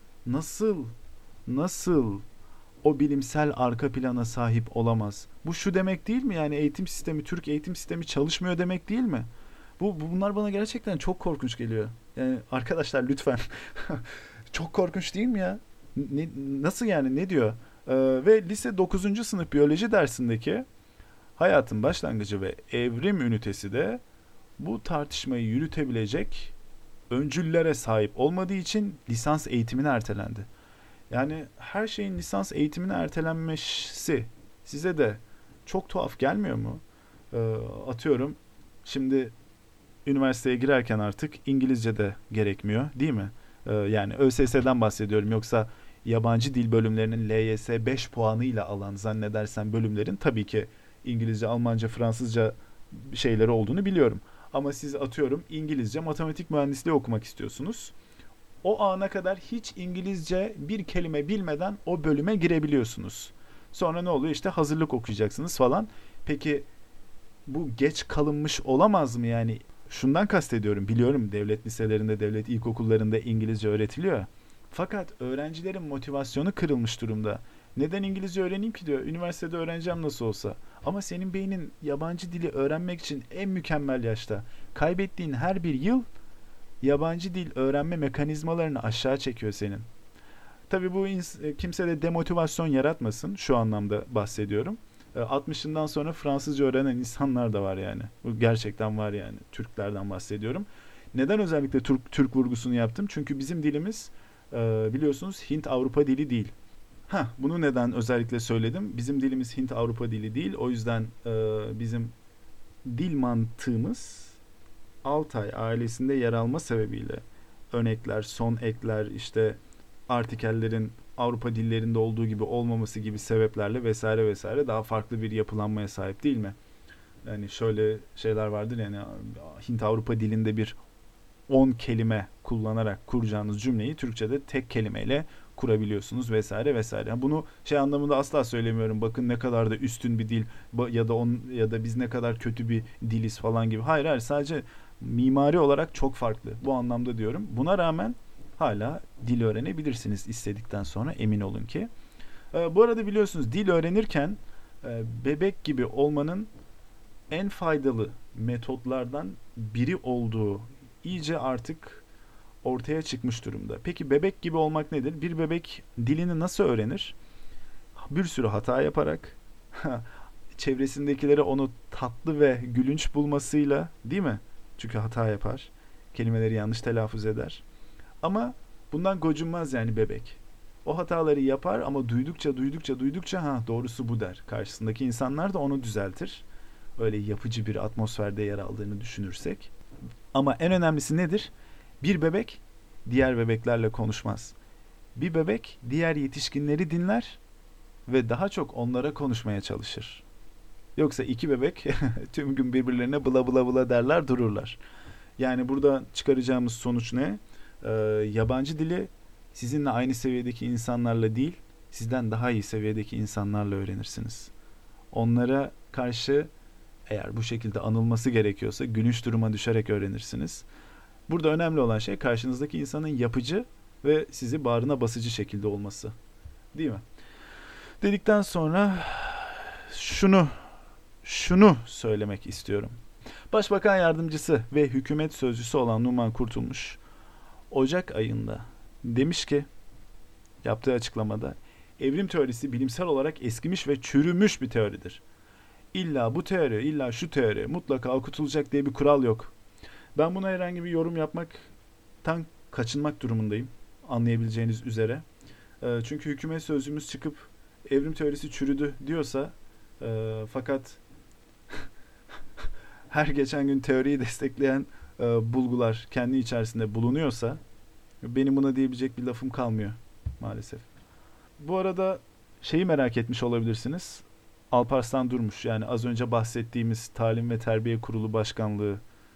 nasıl o bilimsel arka plana sahip olamaz? Bu şu demek değil mi? Yani eğitim sistemi, Türk eğitim sistemi çalışmıyor demek değil mi? Bunlar bana gerçekten çok korkunç geliyor. Yani arkadaşlar lütfen. Çok korkunç değil mi ya? Nasıl yani, ne diyor? Ve lise 9. sınıf biyoloji dersindeki hayatın başlangıcı ve evrim ünitesi de bu tartışmayı yürütebilecek öncüllere sahip olmadığı için lisans eğitimine ertelendi. Yani her şeyin lisans eğitimine ertelenmesi size de çok tuhaf gelmiyor mu? Atıyorum, şimdi üniversiteye girerken artık İngilizce de gerekmiyor değil mi? Yani ÖSS'den bahsediyorum, yoksa yabancı dil bölümlerinin LYS 5 puanıyla alan zannedersen bölümlerin tabii ki İngilizce, Almanca, Fransızca şeyleri olduğunu biliyorum. Ama siz atıyorum İngilizce, matematik mühendisliği okumak istiyorsunuz. O ana kadar hiç İngilizce bir kelime bilmeden o bölüme girebiliyorsunuz. Sonra ne oluyor? İşte hazırlık okuyacaksınız falan. Peki bu geç kalınmış olamaz mı yani? Şundan kastediyorum. Biliyorum devlet liselerinde, devlet ilkokullarında İngilizce öğretiliyor. Fakat öğrencilerin motivasyonu kırılmış durumda. Neden İngilizce öğreneyim ki diyor. Üniversitede öğreneceğim nasıl olsa. Ama senin beynin yabancı dili öğrenmek için en mükemmel yaşta. Kaybettiğin her bir yıl yabancı dil öğrenme mekanizmalarını aşağı çekiyor senin. Tabii bu kimse de demotivasyon yaratmasın. Şu anlamda bahsediyorum. 60'ından sonra Fransızca öğrenen insanlar da var yani. Bu gerçekten var yani. Türklerden bahsediyorum. Neden özellikle Türk vurgusunu yaptım? Çünkü bizim dilimiz biliyorsunuz Hint-Avrupa dili değil. Bunu neden özellikle söyledim? Bizim dilimiz Hint-Avrupa dili değil. O yüzden bizim dil mantığımız Altay ailesinde yer alma sebebiyle örnekler, son ekler, işte artikellerin Avrupa dillerinde olduğu gibi olmaması gibi sebeplerle vesaire vesaire daha farklı bir yapılanmaya sahip değil mi? Yani şöyle şeyler vardır yani Hint-Avrupa dilinde bir 10 kelime kullanarak kuracağınız cümleyi Türkçe'de tek kelimeyle kurabiliyorsunuz vesaire vesaire. Bunu şey anlamında asla söylemiyorum. Bakın ne kadar da üstün bir dil ya da biz ne kadar kötü bir diliz falan gibi. Hayır hayır, sadece mimari olarak çok farklı. Bu anlamda diyorum. Buna rağmen hala dil öğrenebilirsiniz istedikten sonra, emin olun ki. Bu arada biliyorsunuz dil öğrenirken bebek gibi olmanın en faydalı metotlardan biri olduğu iyice artık ortaya çıkmış durumda. Peki bebek gibi olmak nedir? Bir bebek dilini nasıl öğrenir? Bir sürü hata yaparak, çevresindekilere onu tatlı ve gülünç bulmasıyla, değil mi? Çünkü hata yapar, kelimeleri yanlış telaffuz eder. Ama bundan gocunmaz yani bebek. O hataları yapar ama duydukça ha doğrusu bu der. Karşısındaki insanlar da onu düzeltir. Öyle yapıcı bir atmosferde yer aldığını düşünürsek. Ama en önemlisi nedir? Bir bebek diğer bebeklerle konuşmaz. Bir bebek diğer yetişkinleri dinler ve daha çok onlara konuşmaya çalışır. Yoksa iki bebek tüm gün birbirlerine bla bla bla derler dururlar. Yani burada çıkaracağımız sonuç ne? Yabancı dili sizinle aynı seviyedeki insanlarla değil, sizden daha iyi seviyedeki insanlarla öğrenirsiniz. Onlara karşı eğer bu şekilde anılması gerekiyorsa gülünç duruma düşerek öğrenirsiniz. Burada önemli olan şey karşınızdaki insanın yapıcı ve sizi bağrına basıcı şekilde olması. Değil mi? Dedikten sonra şunu söylemek istiyorum. Başbakan yardımcısı ve hükümet sözcüsü olan Numan Kurtulmuş Ocak ayında demiş ki, yaptığı açıklamada, evrim teorisi bilimsel olarak eskimiş ve çürümüş bir teoridir. İlla bu teori, illa şu teori mutlaka okutulacak diye bir kural yok. Ben buna herhangi bir yorum yapmaktan kaçınmak durumundayım, anlayabileceğiniz üzere. Çünkü hükümet sözcümüz çıkıp evrim teorisi çürüdü diyorsa fakat her geçen gün teoriyi destekleyen bulgular kendi içerisinde bulunuyorsa benim buna diyebilecek bir lafım kalmıyor maalesef. Bu arada şeyi merak etmiş olabilirsiniz. Alparslan Durmuş, yani az önce bahsettiğimiz Talim ve Terbiye Kurulu Başkanlığı,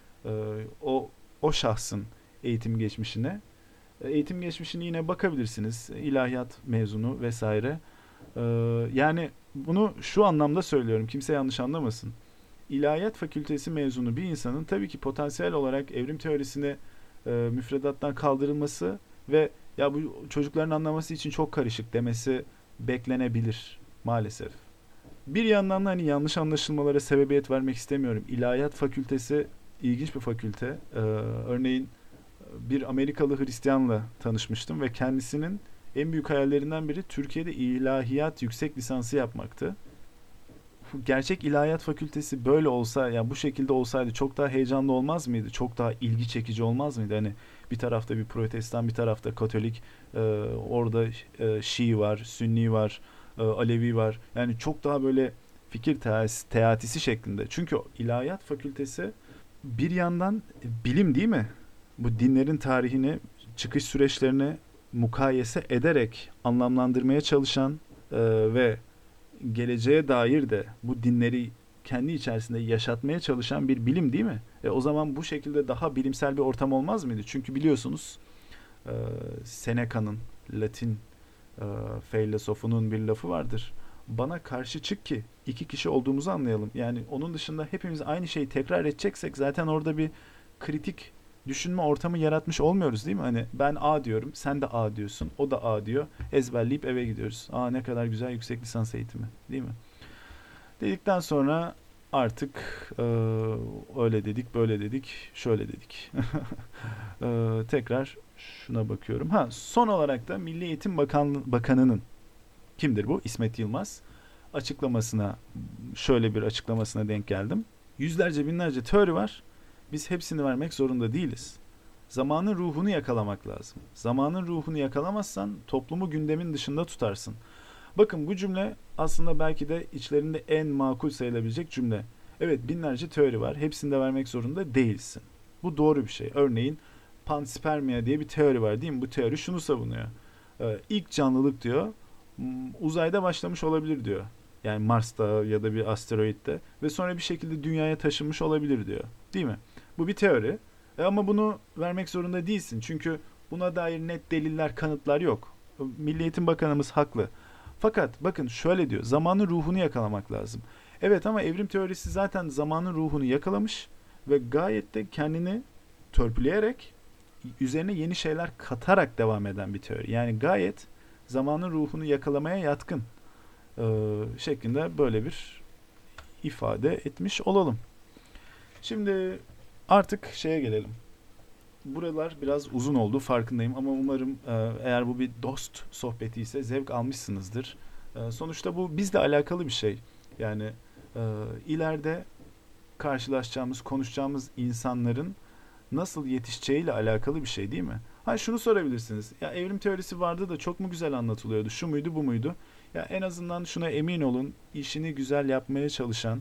o şahsın eğitim geçmişine. Eğitim geçmişini yine bakabilirsiniz. İlahiyat mezunu vesaire. Yani bunu şu anlamda söylüyorum. Kimse yanlış anlamasın. İlahiyat Fakültesi mezunu bir insanın tabii ki potansiyel olarak evrim teorisine müfredattan kaldırılması ve ya bu çocukların anlaması için çok karışık demesi beklenebilir maalesef. Bir yandan da hani yanlış anlaşılmalara sebebiyet vermek istemiyorum. İlahiyat Fakültesi ilginç bir fakülte. Örneğin bir Amerikalı Hristiyanla tanışmıştım ve kendisinin en büyük hayallerinden biri Türkiye'de ilahiyat yüksek lisansı yapmaktı. Gerçek ilahiyat fakültesi böyle olsa, yani bu şekilde olsaydı çok daha heyecanlı olmaz mıydı? Çok daha ilgi çekici olmaz mıydı? Hani bir tarafta bir Protestan, bir tarafta Katolik, orada Şii var, Sünni var, Alevi var. Yani çok daha böyle fikir teatisi şeklinde. Çünkü ilahiyat fakültesi bir yandan bilim, değil mi? Bu dinlerin tarihini, çıkış süreçlerini mukayese ederek anlamlandırmaya çalışan ve geleceğe dair de bu dinleri kendi içerisinde yaşatmaya çalışan bir bilim, değil mi? O zaman bu şekilde daha bilimsel bir ortam olmaz mıydı? Çünkü biliyorsunuz Seneca'nın, Latin filozofunun bir lafı vardır. Bana karşı çık ki iki kişi olduğumuzu anlayalım. Yani onun dışında hepimiz aynı şeyi tekrar edeceksek zaten orada bir kritik düşünme ortamı yaratmış olmuyoruz, değil mi? Hani ben A diyorum, sen de A diyorsun, o da A diyor. Ezberleyip eve gidiyoruz. Aa, ne kadar güzel yüksek lisans eğitimi, değil mi? Dedikten sonra artık öyle dedik, böyle dedik, şöyle dedik. Tekrar şuna bakıyorum. Son olarak da Milli Eğitim Bakanı'nın, kimdir bu? İsmet Yılmaz. Açıklamasına, şöyle bir açıklamasına denk geldim. Yüzlerce binlerce teori var. Biz hepsini vermek zorunda değiliz. Zamanın ruhunu yakalamak lazım. Zamanın ruhunu yakalamazsan toplumu gündemin dışında tutarsın. Bakın bu cümle aslında belki de içlerinde en makul sayılabilecek cümle. Evet, binlerce teori var. Hepsini de vermek zorunda değilsin. Bu doğru bir şey. Örneğin panspermia diye bir teori var değil mi? Bu teori şunu savunuyor. İlk canlılık diyor uzayda başlamış olabilir diyor. Yani Mars'ta ya da bir asteroitte ve sonra bir şekilde dünyaya taşınmış olabilir diyor. Değil mi? Bu bir teori. Ama bunu vermek zorunda değilsin. Çünkü buna dair net deliller, kanıtlar yok. Milli Eğitim Bakanımız haklı. Fakat bakın şöyle diyor. Zamanın ruhunu yakalamak lazım. Evet ama evrim teorisi zaten zamanın ruhunu yakalamış ve gayet de kendini törpüleyerek üzerine yeni şeyler katarak devam eden bir teori. Yani gayet zamanın ruhunu yakalamaya yatkın şeklinde böyle bir ifade etmiş olalım. Şimdi artık şeye gelelim. Buralar biraz uzun oldu farkındayım ama umarım eğer bu bir dost sohbeti ise zevk almışsınızdır. Sonuçta bu bizle alakalı bir şey. Yani ileride karşılaşacağımız, konuşacağımız insanların nasıl yetişeceğiyle alakalı bir şey değil mi? Ha şunu sorabilirsiniz. Ya evrim teorisi vardı da çok mu güzel anlatılıyordu? Şu muydu, bu muydu? Ya en azından şuna emin olun. İşini güzel yapmaya çalışan,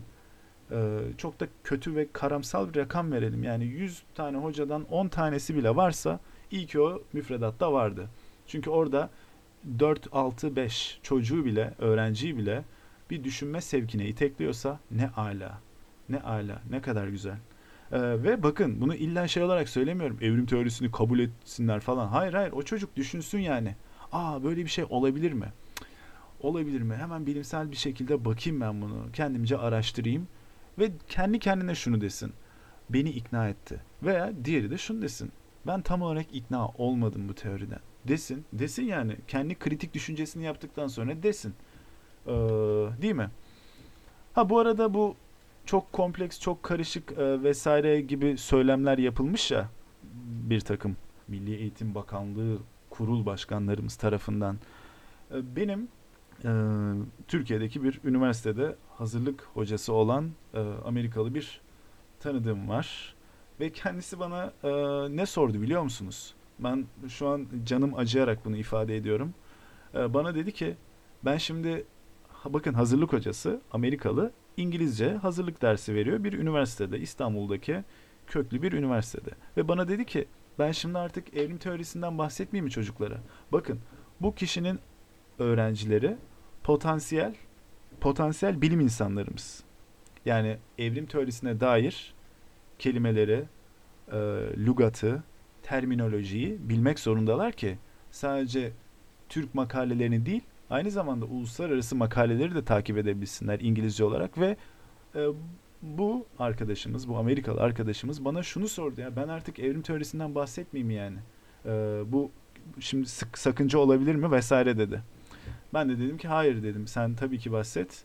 çok da kötü ve karamsal bir rakam verelim. Yani 100 tane hocadan 10 tanesi bile varsa iyi ki o müfredatta vardı. Çünkü orada 4, 6, 5 çocuğu bile, öğrenciyi bile bir düşünme sevkine itekliyorsa ne ala. Ne ala, ne kadar güzel. Ve bakın bunu illa şey olarak söylemiyorum. Evrim teorisini kabul etsinler falan. Hayır hayır o çocuk düşünsün yani. Aa böyle bir şey olabilir mi? Olabilir mi? Hemen bilimsel bir şekilde bakayım ben bunu. Kendimce araştırayım. Ve kendi kendine şunu desin. Beni ikna etti. Veya diğeri de şunu desin. Ben tam olarak ikna olmadım bu teoriden. Desin. Desin yani. Kendi kritik düşüncesini yaptıktan sonra desin. Ee, değil mi? Ha bu arada bu çok kompleks, çok karışık vesaire gibi söylemler yapılmış ya bir takım Milli Eğitim Bakanlığı kurul başkanlarımız tarafından. Benim e, Türkiye'deki bir üniversitede hazırlık hocası olan Amerikalı bir tanıdığım var ve kendisi bana ne sordu biliyor musunuz? Ben şu an canım acıyarak bunu ifade ediyorum. Bana dedi ki ben şimdi bakın hazırlık hocası Amerikalı İngilizce hazırlık dersi veriyor bir üniversitede İstanbul'daki köklü bir üniversitede ve bana dedi ki ben şimdi artık evrim teorisinden bahsetmeyeyim mi çocuklara? Bakın bu kişinin öğrencileri potansiyel potansiyel bilim insanlarımız. Yani evrim teorisine dair kelimeleri, e, lügatı, terminolojiyi bilmek zorundalar ki sadece Türk makalelerini değil, aynı zamanda uluslararası makaleleri de takip edebilsinler İngilizce olarak ve e, bu arkadaşımız, bu Amerikalı arkadaşımız bana şunu sordu ya ben artık evrim teorisinden bahsetmeyeyim yani. Bu şimdi sakınca olabilir mi vesaire dedi. Ben de dedim ki hayır dedim. Sen tabii ki bahset.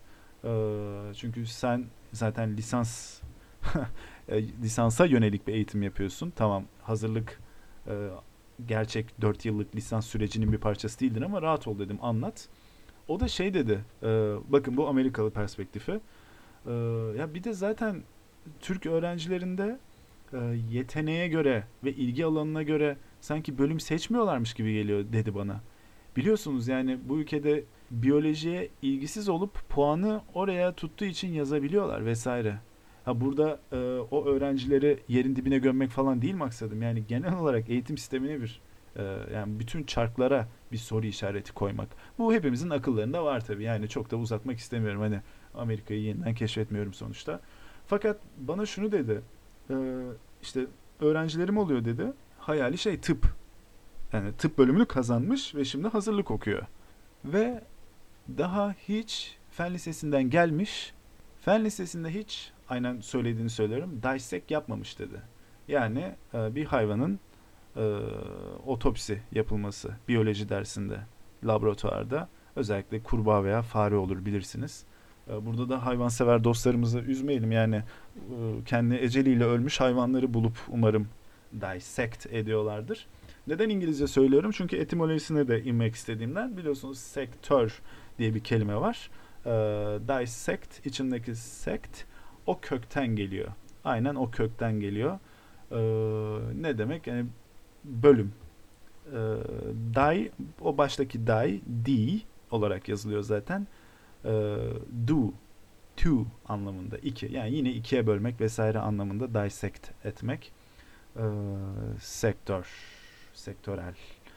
Çünkü sen zaten lisansa yönelik bir eğitim yapıyorsun. Tamam hazırlık e, gerçek 4 yıllık lisans sürecinin bir parçası değildir ama rahat ol dedim anlat. O da şey dedi. Bakın bu Amerikalı perspektifi. E, ya bir de zaten Türk öğrencilerinde yeteneğe göre ve ilgi alanına göre sanki bölüm seçmiyorlarmış gibi geliyor dedi bana. Biliyorsunuz yani bu ülkede biyolojiye ilgisiz olup puanı oraya tuttuğu için yazabiliyorlar vesaire. Ha burada o öğrencileri yerin dibine gömmek falan değil maksadım. Yani genel olarak eğitim sistemine bir yani bütün çarklara bir soru işareti koymak. Bu hepimizin akıllarında var tabii. Yani çok da uzatmak istemiyorum. Hani Amerika'yı yeniden keşfetmiyorum sonuçta. Fakat bana şunu dedi. E, işte öğrencilerim oluyor dedi. Hayali şey tıp. Yani tıp bölümünü kazanmış ve şimdi hazırlık okuyor. Ve daha hiç fen lisesinden gelmiş. Fen lisesinde hiç aynen söylediğini söylüyorum. Dissect yapmamış dedi. Yani bir hayvanın e, otopsi yapılması biyoloji dersinde laboratuvarda özellikle kurbağa veya fare olur bilirsiniz. Burada da hayvansever dostlarımızı üzmeyelim yani kendi eceliyle ölmüş hayvanları bulup umarım dissect ediyorlardır. Neden İngilizce söylüyorum? Çünkü etimolojisine de inmek istediğimden biliyorsunuz sektör diye bir kelime var. Dissect içindeki sect o kökten geliyor. Aynen o kökten geliyor. Ne demek? Yani bölüm. Die o baştaki die D olarak yazılıyor zaten. Do two anlamında, iki. Yani yine ikiye bölmek vesaire anlamında dissect etmek. Sektörel.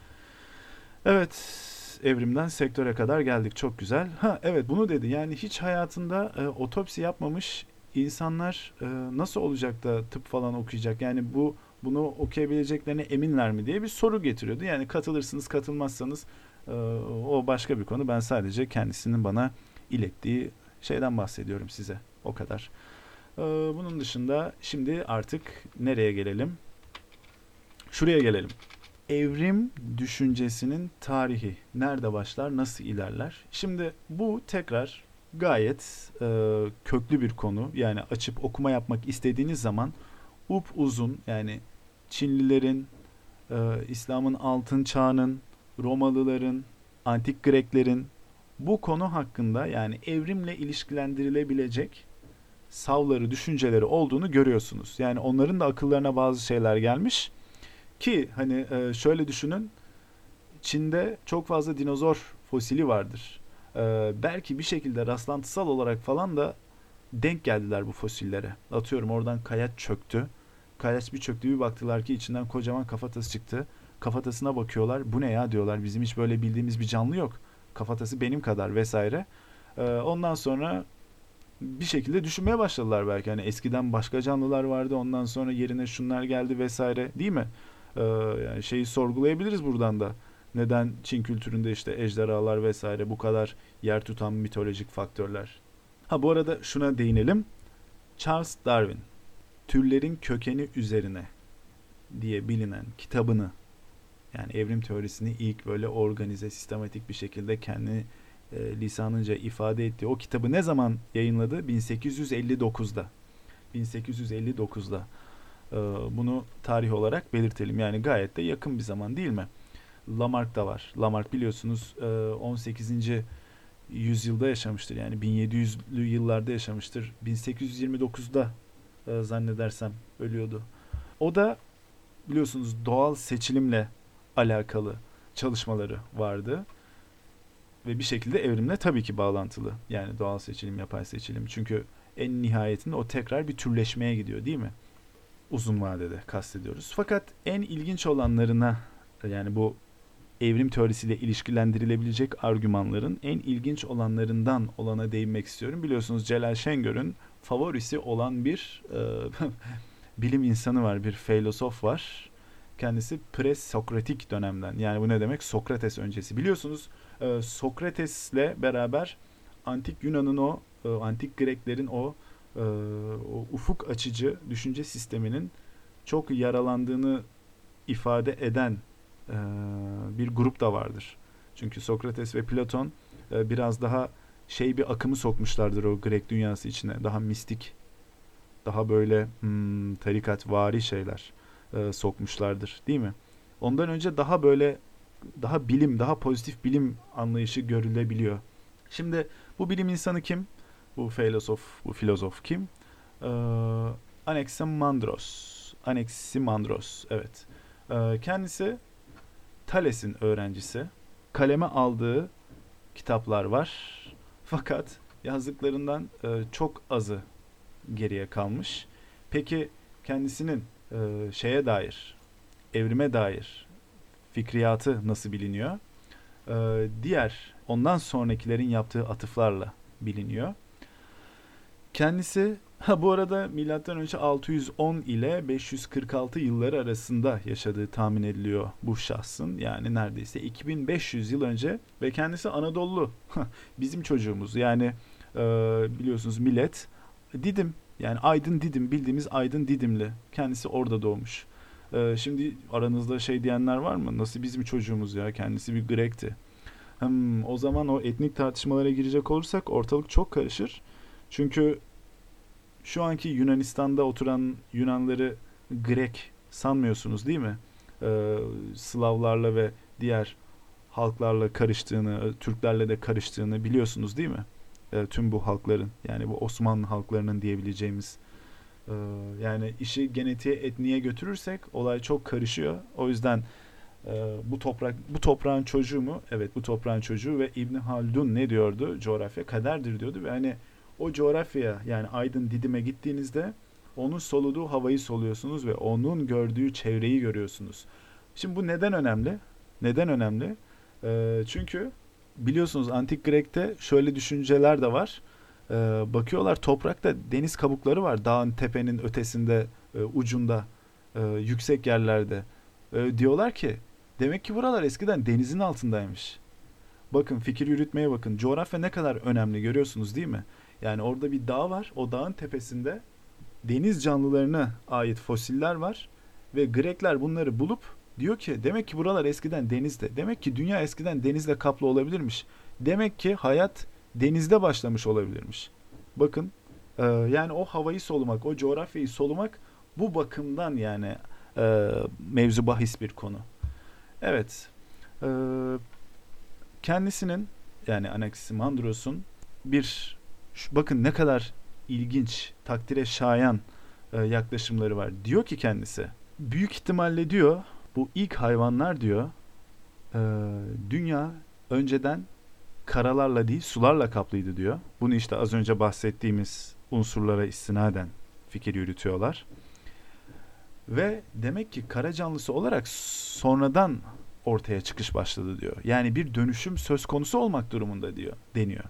Evet, evrimden sektöre kadar geldik. Çok güzel. Ha evet, bunu dedi. Yani hiç hayatında otopsi yapmamış insanlar nasıl olacak da tıp falan okuyacak? Yani bunu okuyabileceklerine eminler mi diye bir soru getiriyordu. Yani katılırsınız, katılmazsanız o başka bir konu. Ben sadece kendisinin bana ilettiği şeyden bahsediyorum size. O kadar. Bunun dışında şimdi artık nereye gelelim? Şuraya gelelim. Evrim düşüncesinin tarihi nerede başlar, nasıl ilerler? Şimdi bu tekrar gayet köklü bir konu. Yani açıp okuma yapmak istediğiniz zaman upuzun, yani Çinlilerin, İslam'ın altın çağının, Romalıların, antik Greklerin bu konu hakkında, yani evrimle ilişkilendirilebilecek savları, düşünceleri olduğunu görüyorsunuz. Yani onların da akıllarına bazı şeyler gelmiş. Ki hani şöyle düşünün, Çin'de çok fazla dinozor fosili vardır. Belki bir şekilde rastlantısal olarak falan da denk geldiler bu fosillere. Atıyorum oradan kayaç çöktü. Kayaç bir çöktü, bir baktılar ki içinden kocaman kafatası çıktı. Kafatasına bakıyorlar, bu ne ya diyorlar, bizim hiç böyle bildiğimiz bir canlı yok. Kafatası benim kadar vesaire. Ondan sonra bir şekilde düşünmeye başladılar belki. Hani eskiden başka canlılar vardı, ondan sonra yerine şunlar geldi vesaire, değil mi? Yani şeyi sorgulayabiliriz buradan da. Neden Çin kültüründe işte ejderhalar vesaire bu kadar yer tutan mitolojik faktörler? Ha bu arada şuna değinelim. Charles Darwin, Türlerin Kökeni Üzerine diye bilinen kitabını, yani evrim teorisini ilk böyle organize, sistematik bir şekilde kendi lisanınca ifade ettiği o kitabı ne zaman yayınladı? 1859'da. 1859'da. Bunu tarih olarak belirtelim. Yani gayet de yakın bir zaman, değil mi? Lamarck da var. Lamarck biliyorsunuz 18. yüzyılda yaşamıştır. Yani 1700'lü yıllarda yaşamıştır. 1829'da zannedersem ölüyordu. O da biliyorsunuz doğal seçilimle alakalı çalışmaları vardı. Ve bir şekilde evrimle tabii ki bağlantılı. Yani doğal seçilim, yapay seçilim. Çünkü en nihayetinde o tekrar bir türleşmeye gidiyor, değil mi? Uzun vadede kastediyoruz. Fakat en ilginç olanlarına, yani bu evrim teorisiyle ilişkilendirilebilecek argümanların en ilginç olanlarından olana değinmek istiyorum. Biliyorsunuz Celal Şengör'ün favorisi olan bir bilim insanı var, bir filozof var. Kendisi pre-Sokratik dönemden. Yani bu ne demek? Sokrates öncesi. Biliyorsunuz Sokrates'le beraber antik Yunan'ın antik Greklerin o ufuk açıcı düşünce sisteminin çok yaralandığını ifade eden bir grup da vardır. Çünkü Sokrates ve Platon biraz daha bir akımı sokmuşlardır o Grek dünyası içine. Daha mistik, daha böyle tarikatvari şeyler sokmuşlardır, değil mi? Ondan önce daha böyle daha bilim, daha pozitif bilim anlayışı görülebiliyor. Şimdi bu bilim insanı kim? Bu filozof kim? Anaximandros. Anaximandros, evet. Kendisi Thales'in öğrencisi. Kaleme aldığı kitaplar var. Fakat yazdıklarından çok azı geriye kalmış. Peki kendisinin şeye dair, evrime dair fikriyatı nasıl biliniyor? Diğer ondan sonrakilerin yaptığı atıflarla biliniyor. Kendisi bu arada M.Ö. 610 ile 546 yılları arasında yaşadığı tahmin ediliyor bu şahsın. Yani neredeyse 2500 yıl önce ve kendisi Anadolu. Bizim çocuğumuz. Yani biliyorsunuz millet Didim, yani Aydın Didim, bildiğimiz Aydın Didimli. Kendisi orada doğmuş. Şimdi aranızda diyenler var mı? Nasıl bizim çocuğumuz ya? Kendisi bir Grek'ti. O zaman o etnik tartışmalara girecek olursak ortalık çok karışır. Çünkü şu anki Yunanistan'da oturan Yunanları Grek sanmıyorsunuz, değil mi? Slavlarla ve diğer halklarla karıştığını, Türklerle de karıştığını biliyorsunuz, değil mi? Tüm bu halkların, yani bu Osmanlı halklarının diyebileceğimiz, yani işi genetiğe, etniğe götürürsek olay çok karışıyor. O yüzden bu toprağın çocuğu mu? Evet, bu toprağın çocuğu ve İbn Haldun ne diyordu? Coğrafya kaderdir diyordu ve hani O coğrafyaya, yani Aydın Didim'e gittiğinizde onun soluduğu havayı soluyorsunuz ve onun gördüğü çevreyi görüyorsunuz. Şimdi bu neden önemli? Neden önemli? Çünkü biliyorsunuz Antik Grek'te şöyle düşünceler de var. Bakıyorlar, toprakta deniz kabukları var. Dağın tepenin ötesinde, ucunda, yüksek yerlerde. Diyorlar ki demek ki buralar eskiden denizin altındaymış. Bakın, fikir yürütmeye bakın. Coğrafya ne kadar önemli, görüyorsunuz değil mi? Yani orada bir dağ var. O dağın tepesinde deniz canlılarına ait fosiller var. Ve Grekler bunları bulup diyor ki demek ki buralar eskiden denizde. Demek ki dünya eskiden denizle kaplı olabilirmiş. Demek ki hayat denizde başlamış olabilirmiş. Bakın, yani o havayı solumak, o coğrafyayı solumak bu bakımdan yani mevzu bahis bir konu. Evet. E, Kendisinin, yani Anaximandros'un bir bakın ne kadar ilginç, takdire şayan yaklaşımları var. Diyor ki kendisi, büyük ihtimalle diyor bu ilk hayvanlar diyor e, dünya önceden karalarla değil sularla kaplıydı diyor. Bunu işte az önce bahsettiğimiz unsurlara istinaden fikir yürütüyorlar. Ve demek ki kara canlısı olarak sonradan ortaya çıkış başladı diyor. Yani bir dönüşüm söz konusu olmak durumunda diyor, deniyor.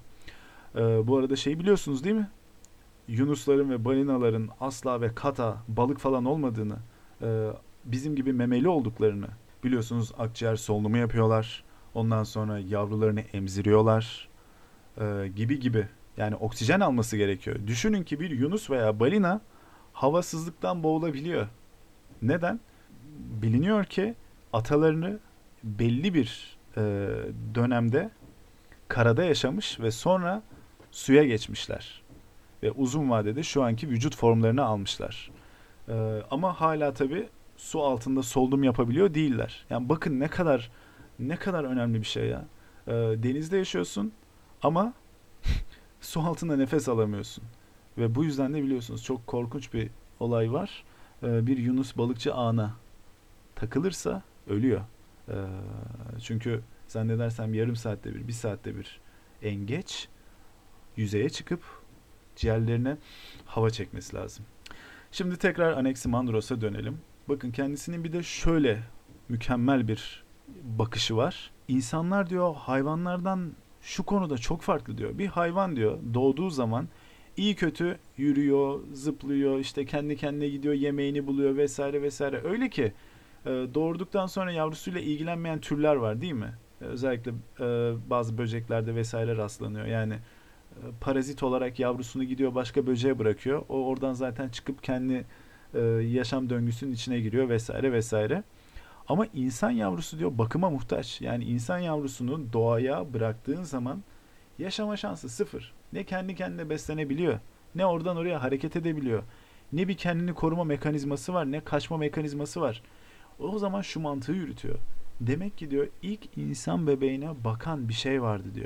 Bu arada şey biliyorsunuz değil mi? Yunusların ve balinaların asla ve kata balık falan olmadığını, bizim gibi memeli olduklarını biliyorsunuz. Akciğer solunumu yapıyorlar. Ondan sonra yavrularını emziriyorlar, gibi gibi. Yani oksijen alması gerekiyor. Düşünün ki bir yunus veya balina havasızlıktan boğulabiliyor. Neden? Biliniyor ki atalarını belli bir dönemde karada yaşamış ve sonra suya geçmişler. Ve uzun vadede şu anki vücut formlarını almışlar. Ama hala tabii su altında solunum yapabiliyor değiller. Yani bakın ne kadar önemli bir şey ya. Denizde yaşıyorsun ama su altında nefes alamıyorsun. Ve bu yüzden de biliyorsunuz çok korkunç bir olay var. Bir yunus balıkçı ağına takılırsa ölüyor. Ee, Çünkü zannedersem yarım saatte bir, bir saatte bir en geç yüzeye çıkıp ciğerlerine hava çekmesi lazım. Şimdi tekrar Anaximandros'a dönelim. Bakın, kendisinin bir de şöyle mükemmel bir bakışı var. İnsanlar diyor hayvanlardan şu konuda çok farklı diyor. Bir hayvan diyor doğduğu zaman iyi kötü yürüyor, zıplıyor, işte kendi kendine gidiyor, yemeğini buluyor vesaire vesaire. Öyle ki doğurduktan sonra yavrusuyla ilgilenmeyen türler var değil mi? Özellikle bazı böceklerde vesaire rastlanıyor. Yani parazit olarak yavrusunu gidiyor başka böceğe bırakıyor. O oradan zaten çıkıp kendi yaşam döngüsünün içine giriyor vesaire vesaire. Ama insan yavrusu diyor bakıma muhtaç. Yani insan yavrusunu doğaya bıraktığın zaman yaşama şansı sıfır. Ne kendi kendine beslenebiliyor, ne oradan oraya hareket edebiliyor. Ne bir kendini koruma mekanizması var, ne kaçma mekanizması var. O zaman şu mantığı yürütüyor. Demek ki diyor ilk insan bebeğine bakan bir şey vardı diyor.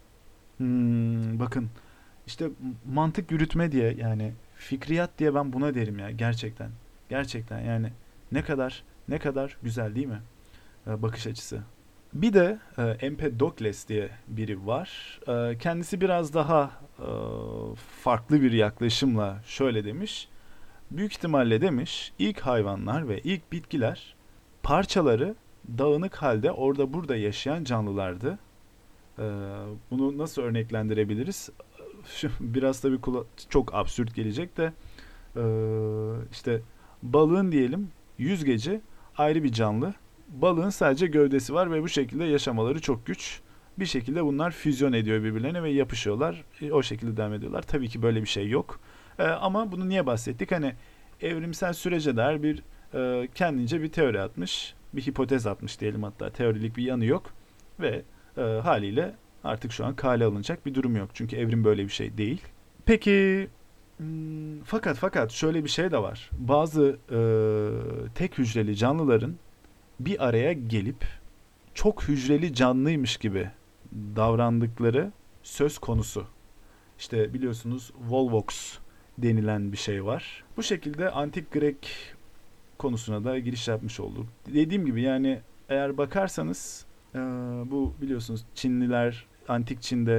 Bakın işte mantık yürütme diye, yani fikriyat diye ben buna derim ya, gerçekten. Gerçekten yani ne kadar güzel değil mi? Bakış açısı. Bir de Empedokles diye biri var. Kendisi biraz daha farklı bir yaklaşımla şöyle demiş. Büyük ihtimalle demiş ilk hayvanlar ve ilk bitkiler parçaları dağınık halde orada burada yaşayan canlılardı. Ee, Bunu nasıl örneklendirebiliriz? Biraz tabii çok absürt gelecek de işte balığın diyelim yüzgeci ayrı bir canlı. Balığın sadece gövdesi var ve bu şekilde yaşamaları çok güç. Bir şekilde bunlar füzyon ediyor birbirlerine ve yapışıyorlar. O şekilde devam ediyorlar. Tabii ki böyle bir şey yok. Ama bunu niye bahsettik? Hani evrimsel sürece dair bir kendince bir teori atmış. Bir hipotez atmış diyelim, hatta teorilik bir yanı yok. Ve haliyle artık şu an kale alınacak bir durum yok. Çünkü evrim böyle bir şey değil. Peki, fakat şöyle bir şey de var. Bazı tek hücreli canlıların bir araya gelip çok hücreli canlıymış gibi davrandıkları söz konusu. İşte biliyorsunuz Volvox denilen bir şey var. Bu şekilde Antik Grek konusuna da giriş yapmış olduk. Dediğim gibi yani eğer bakarsanız bu biliyorsunuz Çinliler Antik Çin'de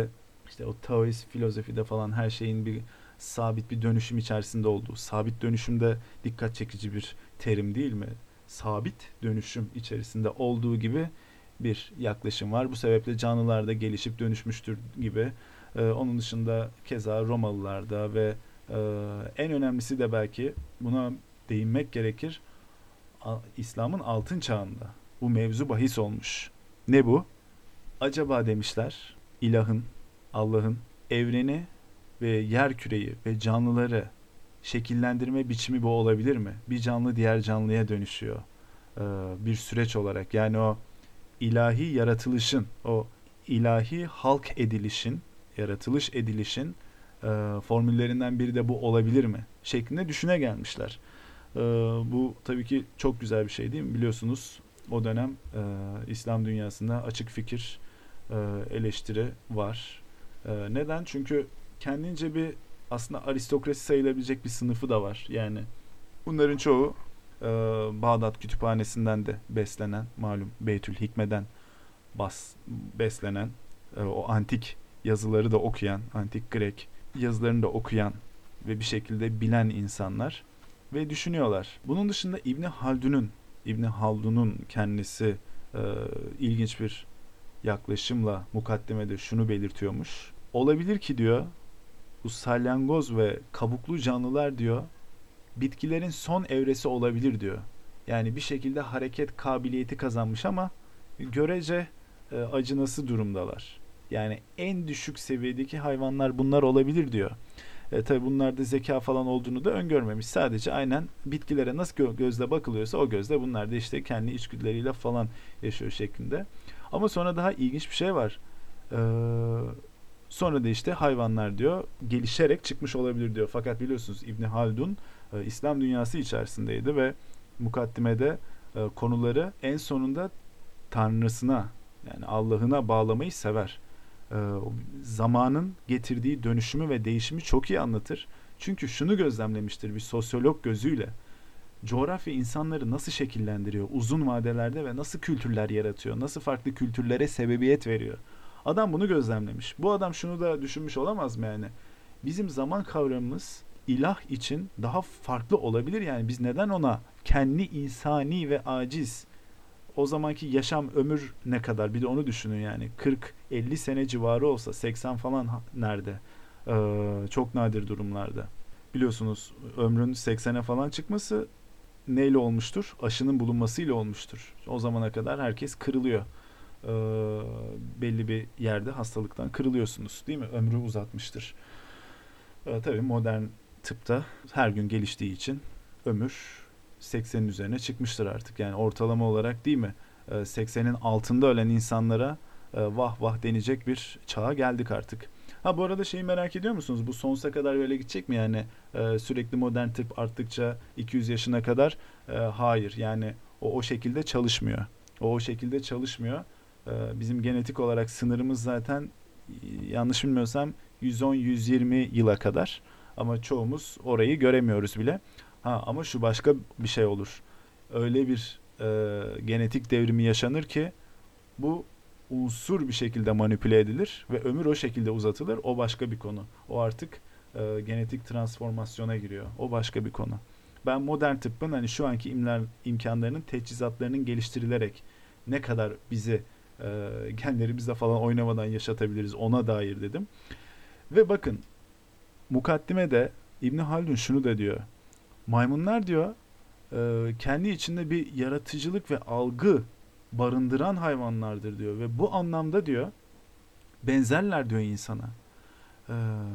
İşte o Taoist filozofide falan her şeyin bir sabit bir dönüşüm içerisinde olduğu. Sabit dönüşüm de dikkat çekici bir terim değil mi? Sabit dönüşüm içerisinde olduğu gibi bir yaklaşım var. Bu sebeple canlılar da gelişip dönüşmüştür gibi. Onun dışında keza Romalılarda ve en önemlisi de belki buna değinmek gerekir. İslam'ın altın çağında bu mevzu bahis olmuş. Ne bu? Acaba demişler ilahın, Allah'ın evreni ve yer küreyi ve canlıları şekillendirme biçimi bu olabilir mi? Bir canlı diğer canlıya dönüşüyor. Ee, Bir süreç olarak. Yani o ilahi yaratılışın, o ilahi halk edilişin, yaratılış edilişin formüllerinden biri de bu olabilir mi? Şeklinde düşüne gelmişler. Bu tabii ki çok güzel bir şey değil mi? Biliyorsunuz o dönem İslam dünyasında açık fikir eleştiri var. Neden? Çünkü kendince bir aslında aristokrasi sayılabilecek bir sınıfı da var. Yani bunların çoğu Bağdat Kütüphanesi'nden de beslenen, malum Beytül Hikme'den beslenen, o antik yazıları da okuyan, antik Grek yazılarını da okuyan ve bir şekilde bilen insanlar ve düşünüyorlar. Bunun dışında İbni Haldun'un kendisi ilginç bir yaklaşımla mukaddemede şunu belirtiyormuş. Olabilir ki diyor, bu salyangoz ve kabuklu canlılar diyor, bitkilerin son evresi olabilir diyor. Yani bir şekilde hareket kabiliyeti kazanmış ama görece acınası durumdalar. Yani en düşük seviyedeki hayvanlar bunlar olabilir diyor. Tabi bunlarda zeka falan olduğunu da öngörmemiş. Sadece aynen bitkilere nasıl gözle bakılıyorsa o gözle bunlar da işte kendi içgüdüleriyle falan yaşıyor şeklinde. Ama sonra daha ilginç bir şey var. Ee, Sonra da işte hayvanlar diyor gelişerek çıkmış olabilir diyor. Fakat biliyorsunuz İbni Haldun İslam dünyası içerisindeydi ve mukaddimede konuları en sonunda Tanrısına yani Allah'ına bağlamayı sever. Zamanın getirdiği dönüşümü ve değişimi çok iyi anlatır. Çünkü şunu gözlemlemiştir bir sosyolog gözüyle. Coğrafya insanları nasıl şekillendiriyor uzun vadelerde ve nasıl kültürler yaratıyor, nasıl farklı kültürlere sebebiyet veriyor. Adam bunu gözlemlemiş. Bu adam şunu da düşünmüş olamaz mı yani? Bizim zaman kavramımız ilah için daha farklı olabilir yani biz neden ona kendi insani ve aciz o zamanki yaşam ömür ne kadar bir de onu düşünün yani 40-50 sene civarı olsa 80 falan nerede çok nadir durumlarda biliyorsunuz ömrün 80'e falan çıkması neyle olmuştur? Aşının bulunmasıyla olmuştur. O zamana kadar herkes kırılıyor. Ee, Belli bir yerde hastalıktan kırılıyorsunuz değil mi? Ömrü uzatmıştır. Tabii modern tıpta her gün geliştiği için ömür 80'in üzerine çıkmıştır artık. Yani ortalama olarak değil mi? 80'in altında ölen insanlara vah vah denecek bir çağa geldik artık. Ha bu arada şeyi merak ediyor musunuz? Bu sonsuza kadar böyle gidecek mi yani? Sürekli modern tıp arttıkça 200 yaşına kadar? Hayır. Yani o şekilde çalışmıyor. O şekilde çalışmıyor. Bizim genetik olarak sınırımız zaten yanlış bilmiyorsam 110-120 yıla kadar. Ama çoğumuz orayı göremiyoruz bile. Ha ama şu başka bir şey olur. Öyle bir genetik devrimi yaşanır ki bu unsur bir şekilde manipüle edilir ve ömür o şekilde uzatılır. O başka bir konu. O artık genetik transformasyona giriyor. O başka bir konu. Ben modern tıbbın hani şu anki imkanlarının teçhizatlarının geliştirilerek ne kadar bizi genlerimizle falan oynamadan yaşatabiliriz ona dair dedim. Ve bakın mukaddimede İbn Haldun şunu da diyor. Maymunlar diyor kendi içinde bir yaratıcılık ve algı barındıran hayvanlardır diyor ve bu anlamda diyor benzerler diyor insana. Ee,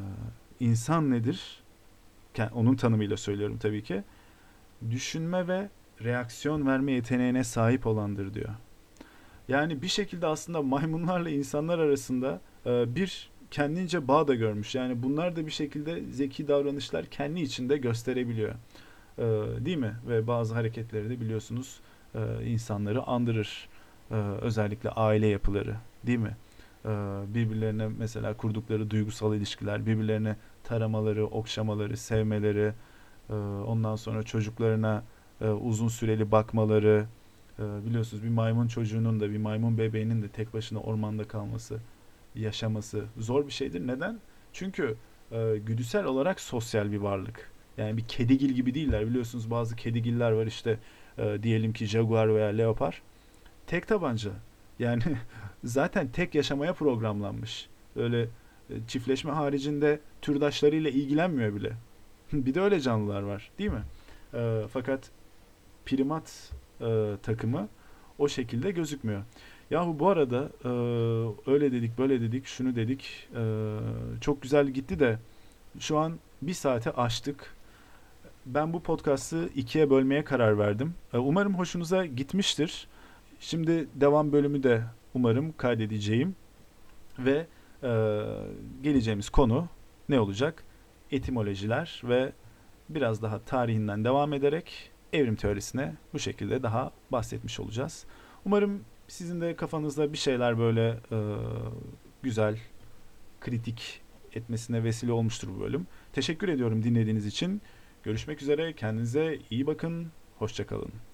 insan nedir? Onun tanımıyla söylüyorum tabii ki. Düşünme ve reaksiyon verme yeteneğine sahip olandır diyor. Yani bir şekilde aslında maymunlarla insanlar arasında bir kendince bağ da görmüş. Yani bunlar da bir şekilde zeki davranışlar kendi içinde gösterebiliyor. Değil mi? Ve bazı hareketleri de biliyorsunuz insanları andırır. Özellikle aile yapıları, değil mi? Birbirlerine mesela kurdukları duygusal ilişkiler, birbirlerine taramaları, okşamaları, sevmeleri, ondan sonra çocuklarına uzun süreli bakmaları, biliyorsunuz bir maymun çocuğunun da bir maymun bebeğinin de tek başına ormanda kalması yaşaması zor bir şeydir. Neden? Çünkü güdüsel olarak sosyal bir varlık. Yani bir kedigil gibi değiller. Biliyorsunuz bazı kedigiller var işte, diyelim ki jaguar veya leopar. Tek tabanca. Yani zaten tek yaşamaya programlanmış. Öyle çiftleşme haricinde türdaşlarıyla ilgilenmiyor bile. Bir de öyle canlılar var, değil mi? Fakat primat takımı o şekilde gözükmüyor. Yahu bu arada öyle dedik, böyle dedik, şunu dedik. Çok güzel gitti de şu an bir saate aştık. Ben bu podcast'ı ikiye bölmeye karar verdim. Umarım hoşunuza gitmiştir. Şimdi devam bölümü de umarım kaydedeceğim ve geleceğimiz konu ne olacak? Etimolojiler ve biraz daha tarihinden devam ederek evrim teorisine bu şekilde daha bahsetmiş olacağız. Umarım sizin de kafanızda bir şeyler böyle güzel, kritik etmesine vesile olmuştur bu bölüm. Teşekkür ediyorum dinlediğiniz için. Görüşmek üzere. Kendinize iyi bakın. Hoşça kalın.